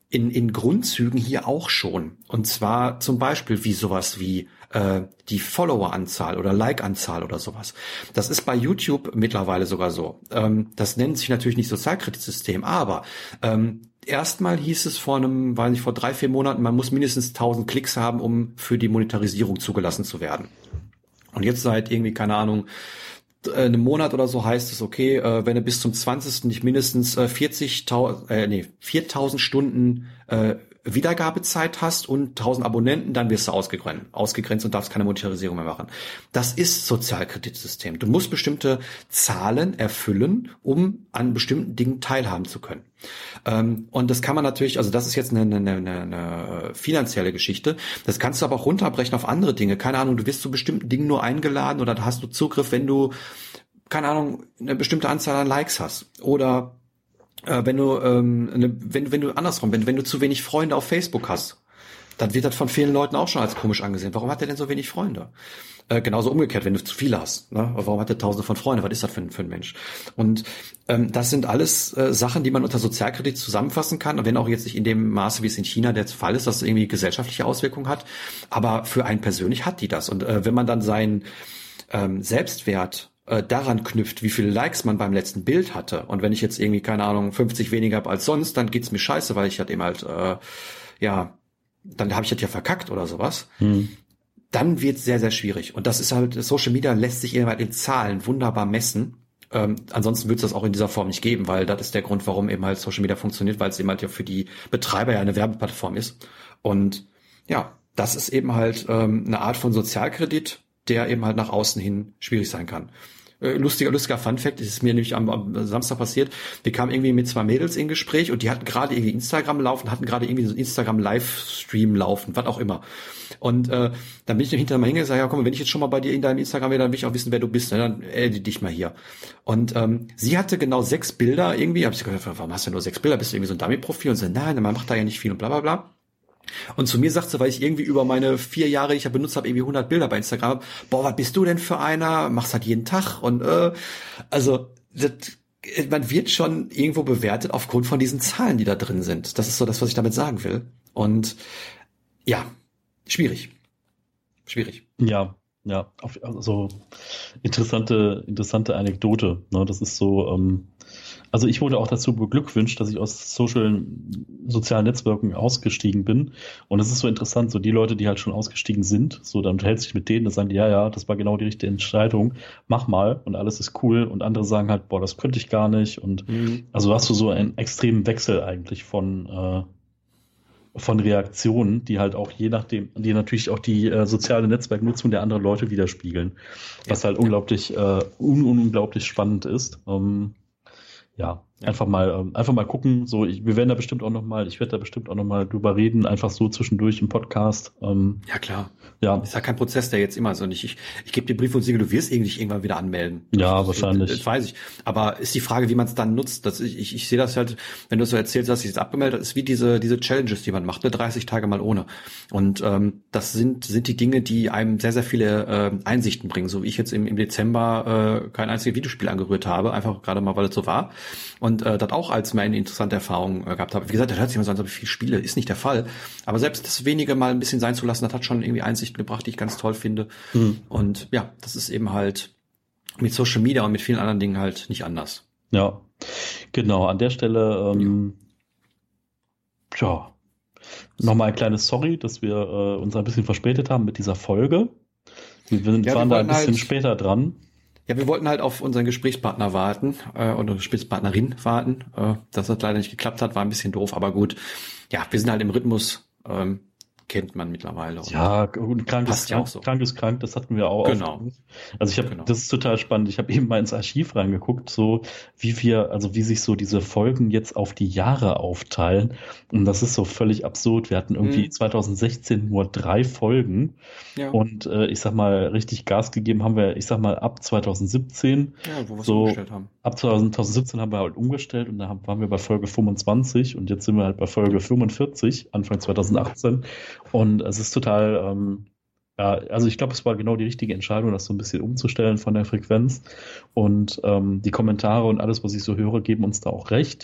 in, in Grundzügen hier auch schon. Und zwar zum Beispiel wie sowas wie äh, die Follower-Anzahl oder Like-Anzahl oder sowas. Das ist bei YouTube mittlerweile sogar so. Ähm, das nennt sich natürlich nicht Sozialkreditsystem, aber ähm, erstmal hieß es vor einem, weiß nicht, vor drei, vier Monaten, man muss mindestens tausend Klicks haben, um für die Monetarisierung zugelassen zu werden. Und jetzt seit irgendwie, keine Ahnung, einem Monat oder so heißt es, okay, äh, wenn du bis zum zwanzigsten nicht mindestens äh, vierzigtausend, äh, nee, viertausend Stunden äh, Wiedergabezeit hast und tausend Abonnenten, dann wirst du ausgegrenzt, ausgegrenzt und darfst keine Monetarisierung mehr machen. Das ist Sozialkreditsystem. Du musst bestimmte Zahlen erfüllen, um an bestimmten Dingen teilhaben zu können. Ähm, und das kann man natürlich, also das ist jetzt eine, eine, eine, eine finanzielle Geschichte. Das kannst du aber auch runterbrechen auf andere Dinge. Keine Ahnung, du wirst zu bestimmten Dingen nur eingeladen oder da hast du Zugriff, wenn du, keine Ahnung, eine bestimmte Anzahl an Likes hast. Oder Äh, wenn du, ähm, ne, wenn, wenn du andersrum, wenn, wenn du zu wenig Freunde auf Facebook hast, dann wird das von vielen Leuten auch schon als komisch angesehen. Warum hat der denn so wenig Freunde? Äh, genauso umgekehrt, wenn du zu viele hast. Ne? Warum hat der tausende von Freunden? Was ist das für ein, für ein Mensch? Und ähm, das sind alles äh, Sachen, die man unter Sozialkredit zusammenfassen kann. Und wenn auch jetzt nicht in dem Maße, wie es in China der Fall ist, dass es irgendwie gesellschaftliche Auswirkungen hat. Aber für einen persönlich hat die das. Und äh, wenn man dann seinen ähm, Selbstwert daran knüpft, wie viele Likes man beim letzten Bild hatte. Und wenn ich jetzt irgendwie, keine Ahnung, fünfzig weniger habe als sonst, dann geht's mir scheiße, weil ich halt eben halt, äh, ja, dann habe ich das ja verkackt oder sowas. Hm. Dann wird's sehr, sehr schwierig. Und das ist halt, Social Media lässt sich eben halt in Zahlen wunderbar messen. Ähm, ansonsten würde es das auch in dieser Form nicht geben, weil das ist der Grund, warum eben halt Social Media funktioniert, weil es eben halt ja für die Betreiber ja eine Werbeplattform ist. Und ja, das ist eben halt ähm, eine Art von Sozialkredit, der eben halt nach außen hin schwierig sein kann. Lustiger, lustiger Funfact, das ist mir nämlich am, am Samstag passiert. Wir kamen irgendwie mit zwei Mädels in Gespräch und die hatten gerade irgendwie Instagram laufen, hatten gerade irgendwie so einen Instagram-Livestream laufen, was auch immer. Und äh, dann bin ich hinterher mal hingegangen und gesagt, ja komm, wenn ich jetzt schon mal bei dir in deinem Instagram wäre, dann will ich auch wissen, wer du bist. Ne? Dann adde dich mal hier. Und ähm, sie hatte genau sechs Bilder irgendwie. Hab ich gesagt, warum hast du nur sechs Bilder? Bist du irgendwie so ein Dummy-Profil? Und so, nein, man macht da ja nicht viel und bla bla bla. Und zu mir sagt sie, weil ich irgendwie über meine vier Jahre, die ich ja benutzt habe, irgendwie hundert Bilder bei Instagram habe, boah, was bist du denn für einer? Machst halt jeden Tag und äh, also das, man wird schon irgendwo bewertet aufgrund von diesen Zahlen, die da drin sind. Das ist so das, was ich damit sagen will. Und ja, schwierig. Schwierig. Ja, ja, also interessante, interessante Anekdote. Ne? Das ist so, ähm, also ich wurde auch dazu beglückwünscht, dass ich aus Social, sozialen Netzwerken ausgestiegen bin. Und es ist so interessant, so die Leute, die halt schon ausgestiegen sind, so dann unterhältst du dich mit denen, dann sagen die, ja, ja, das war genau die richtige Entscheidung, mach mal und alles ist cool. Und andere sagen halt, boah, das könnte ich gar nicht. Und mhm. also hast du so einen extremen Wechsel eigentlich von äh, von Reaktionen, die halt auch je nachdem, die natürlich auch die äh, soziale Netzwerknutzung der anderen Leute widerspiegeln, was ja, halt ja. unglaublich äh, un- unglaublich spannend ist. Ähm, ja, ja, einfach mal ähm, einfach mal gucken. So, ich, wir werden da bestimmt auch noch mal, ich werde da bestimmt auch noch mal drüber reden, einfach so zwischendurch im Podcast. Ähm, ja klar. Ja, ist ja kein Prozess, der jetzt immer so nicht. Ich, ich gebe dir Brief und Siegel, du wirst irgendwie irgendwann wieder anmelden. Ja, das, wahrscheinlich. Das, das weiß ich. Aber ist die Frage, wie man es dann nutzt. Das, ich, ich, ich sehe das halt, wenn du so erzählst, dass ich es abgemeldet, ist wie diese diese Challenges, die man macht, ne? dreißig Tage mal ohne. Und ähm, das sind sind die Dinge, die einem sehr sehr viele äh, Einsichten bringen. So wie ich jetzt im, im Dezember äh, kein einziges Videospiel angerührt habe, einfach gerade mal, weil es so war. Und äh, das auch als meine interessante Erfahrung äh, gehabt habe. Wie gesagt, das hört sich immer so an, als ob ich viel spiele. Ist nicht der Fall. Aber selbst das wenige mal ein bisschen sein zu lassen, das hat schon irgendwie Einsichten gebracht, die ich ganz toll finde. Mhm. Und ja, das ist eben halt mit Social Media und mit vielen anderen Dingen halt nicht anders. Ja, genau. An der Stelle ähm, ja, nochmal ein kleines Sorry, dass wir äh, uns ein bisschen verspätet haben mit dieser Folge. Wir, wir ja, waren wir da ein bisschen halt später dran. Ja, wir wollten halt auf unseren Gesprächspartner warten äh, oder Gesprächspartnerin warten. Äh, dass das leider nicht geklappt hat, war ein bisschen doof, aber gut. Ja, wir sind halt im Rhythmus, ähm, kennt man mittlerweile. Ja, und krank ist krank, so. krank ist krank, das hatten wir auch. Genau. Oft. Also ich habe, genau. das ist total spannend. Ich habe eben mal ins Archiv reingeguckt, so wie wir, also wie sich so diese Folgen jetzt auf die Jahre aufteilen. Und das ist so völlig absurd. Wir hatten irgendwie hm. zwanzig sechzehn nur drei Folgen. Ja. Und äh, ich sag mal, richtig Gas gegeben haben wir, ich sag mal, ab zwanzig siebzehn. Ja, wo wir so, umgestellt haben. Ab zwanzig siebzehn haben wir halt umgestellt und da haben, waren wir bei Folge fünfundzwanzig und jetzt sind wir halt bei Folge fünfundvierzig, Anfang zwanzig achtzehn. Und es ist total, ähm, ja, also ich glaube, es war genau die richtige Entscheidung, das so ein bisschen umzustellen von der Frequenz. Und ähm, die Kommentare und alles, was ich so höre, geben uns da auch recht.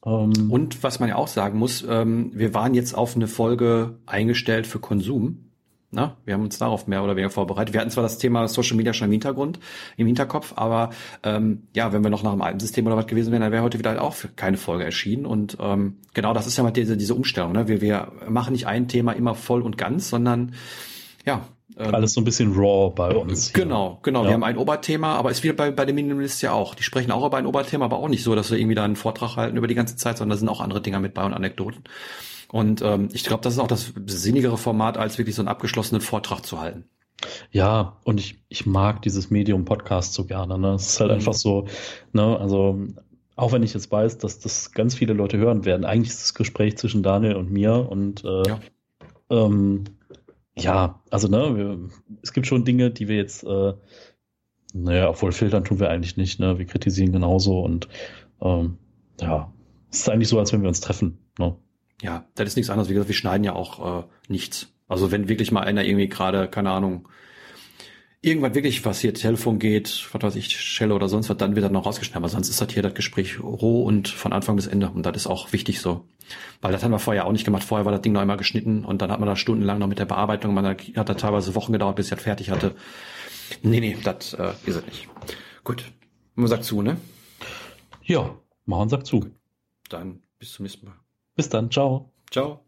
Ähm, Und was man ja auch sagen muss, ähm, wir waren jetzt auf eine Folge eingestellt für Konsum. Na, wir haben uns darauf mehr oder weniger vorbereitet. Wir hatten zwar das Thema Social Media schon im Hintergrund, im Hinterkopf, aber ähm, ja, wenn wir noch nach dem alten System oder was gewesen wären, dann wäre heute wieder halt auch für keine Folge erschienen. Und ähm, genau, das ist ja mal diese, diese Umstellung. Ne? Wir, wir machen nicht ein Thema immer voll und ganz, sondern ja. Ähm, alles so ein bisschen raw bei uns. Hier. Genau, genau. Ja. Wir haben ein Oberthema, aber ist wieder bei, bei den Minimalists ja auch. Die sprechen auch über ein Oberthema, aber auch nicht so, dass wir irgendwie da einen Vortrag halten über die ganze Zeit, sondern da sind auch andere Dinger mit bei und Anekdoten. Und ähm, ich glaube, das ist auch das sinnigere Format, als wirklich so einen abgeschlossenen Vortrag zu halten. Ja, und ich, ich mag dieses Medium Podcast so gerne. Ne? Es ist halt mhm. einfach so, ne, also auch wenn ich jetzt weiß, dass das ganz viele Leute hören werden, eigentlich ist das Gespräch zwischen Daniel und mir und äh, ja. Ähm, ja, also ne, wir, es gibt schon Dinge, die wir jetzt, äh, naja, obwohl filtern tun wir eigentlich nicht, ne? Wir kritisieren genauso und ähm, ja, es ist eigentlich so, als wenn wir uns treffen, ne? Ja, das ist nichts anderes. Wie gesagt, wir schneiden ja auch äh, nichts. Also wenn wirklich mal einer irgendwie gerade, keine Ahnung, irgendwann wirklich passiert, Telefon geht, was weiß ich, Schelle oder sonst was, dann wird das noch rausgeschnitten. Aber sonst ist das hier das Gespräch roh und von Anfang bis Ende. Und das ist auch wichtig so. Weil das haben wir vorher auch nicht gemacht. Vorher war das Ding noch einmal geschnitten und dann hat man da stundenlang noch mit der Bearbeitung. Man hat da teilweise Wochen gedauert, bis ich das fertig hatte. Nee, nee, das äh, ist es nicht. Gut. Man sagt zu, ne? Ja, machen sagt zu. Dann bis zum nächsten Mal. Bis dann, ciao. Ciao.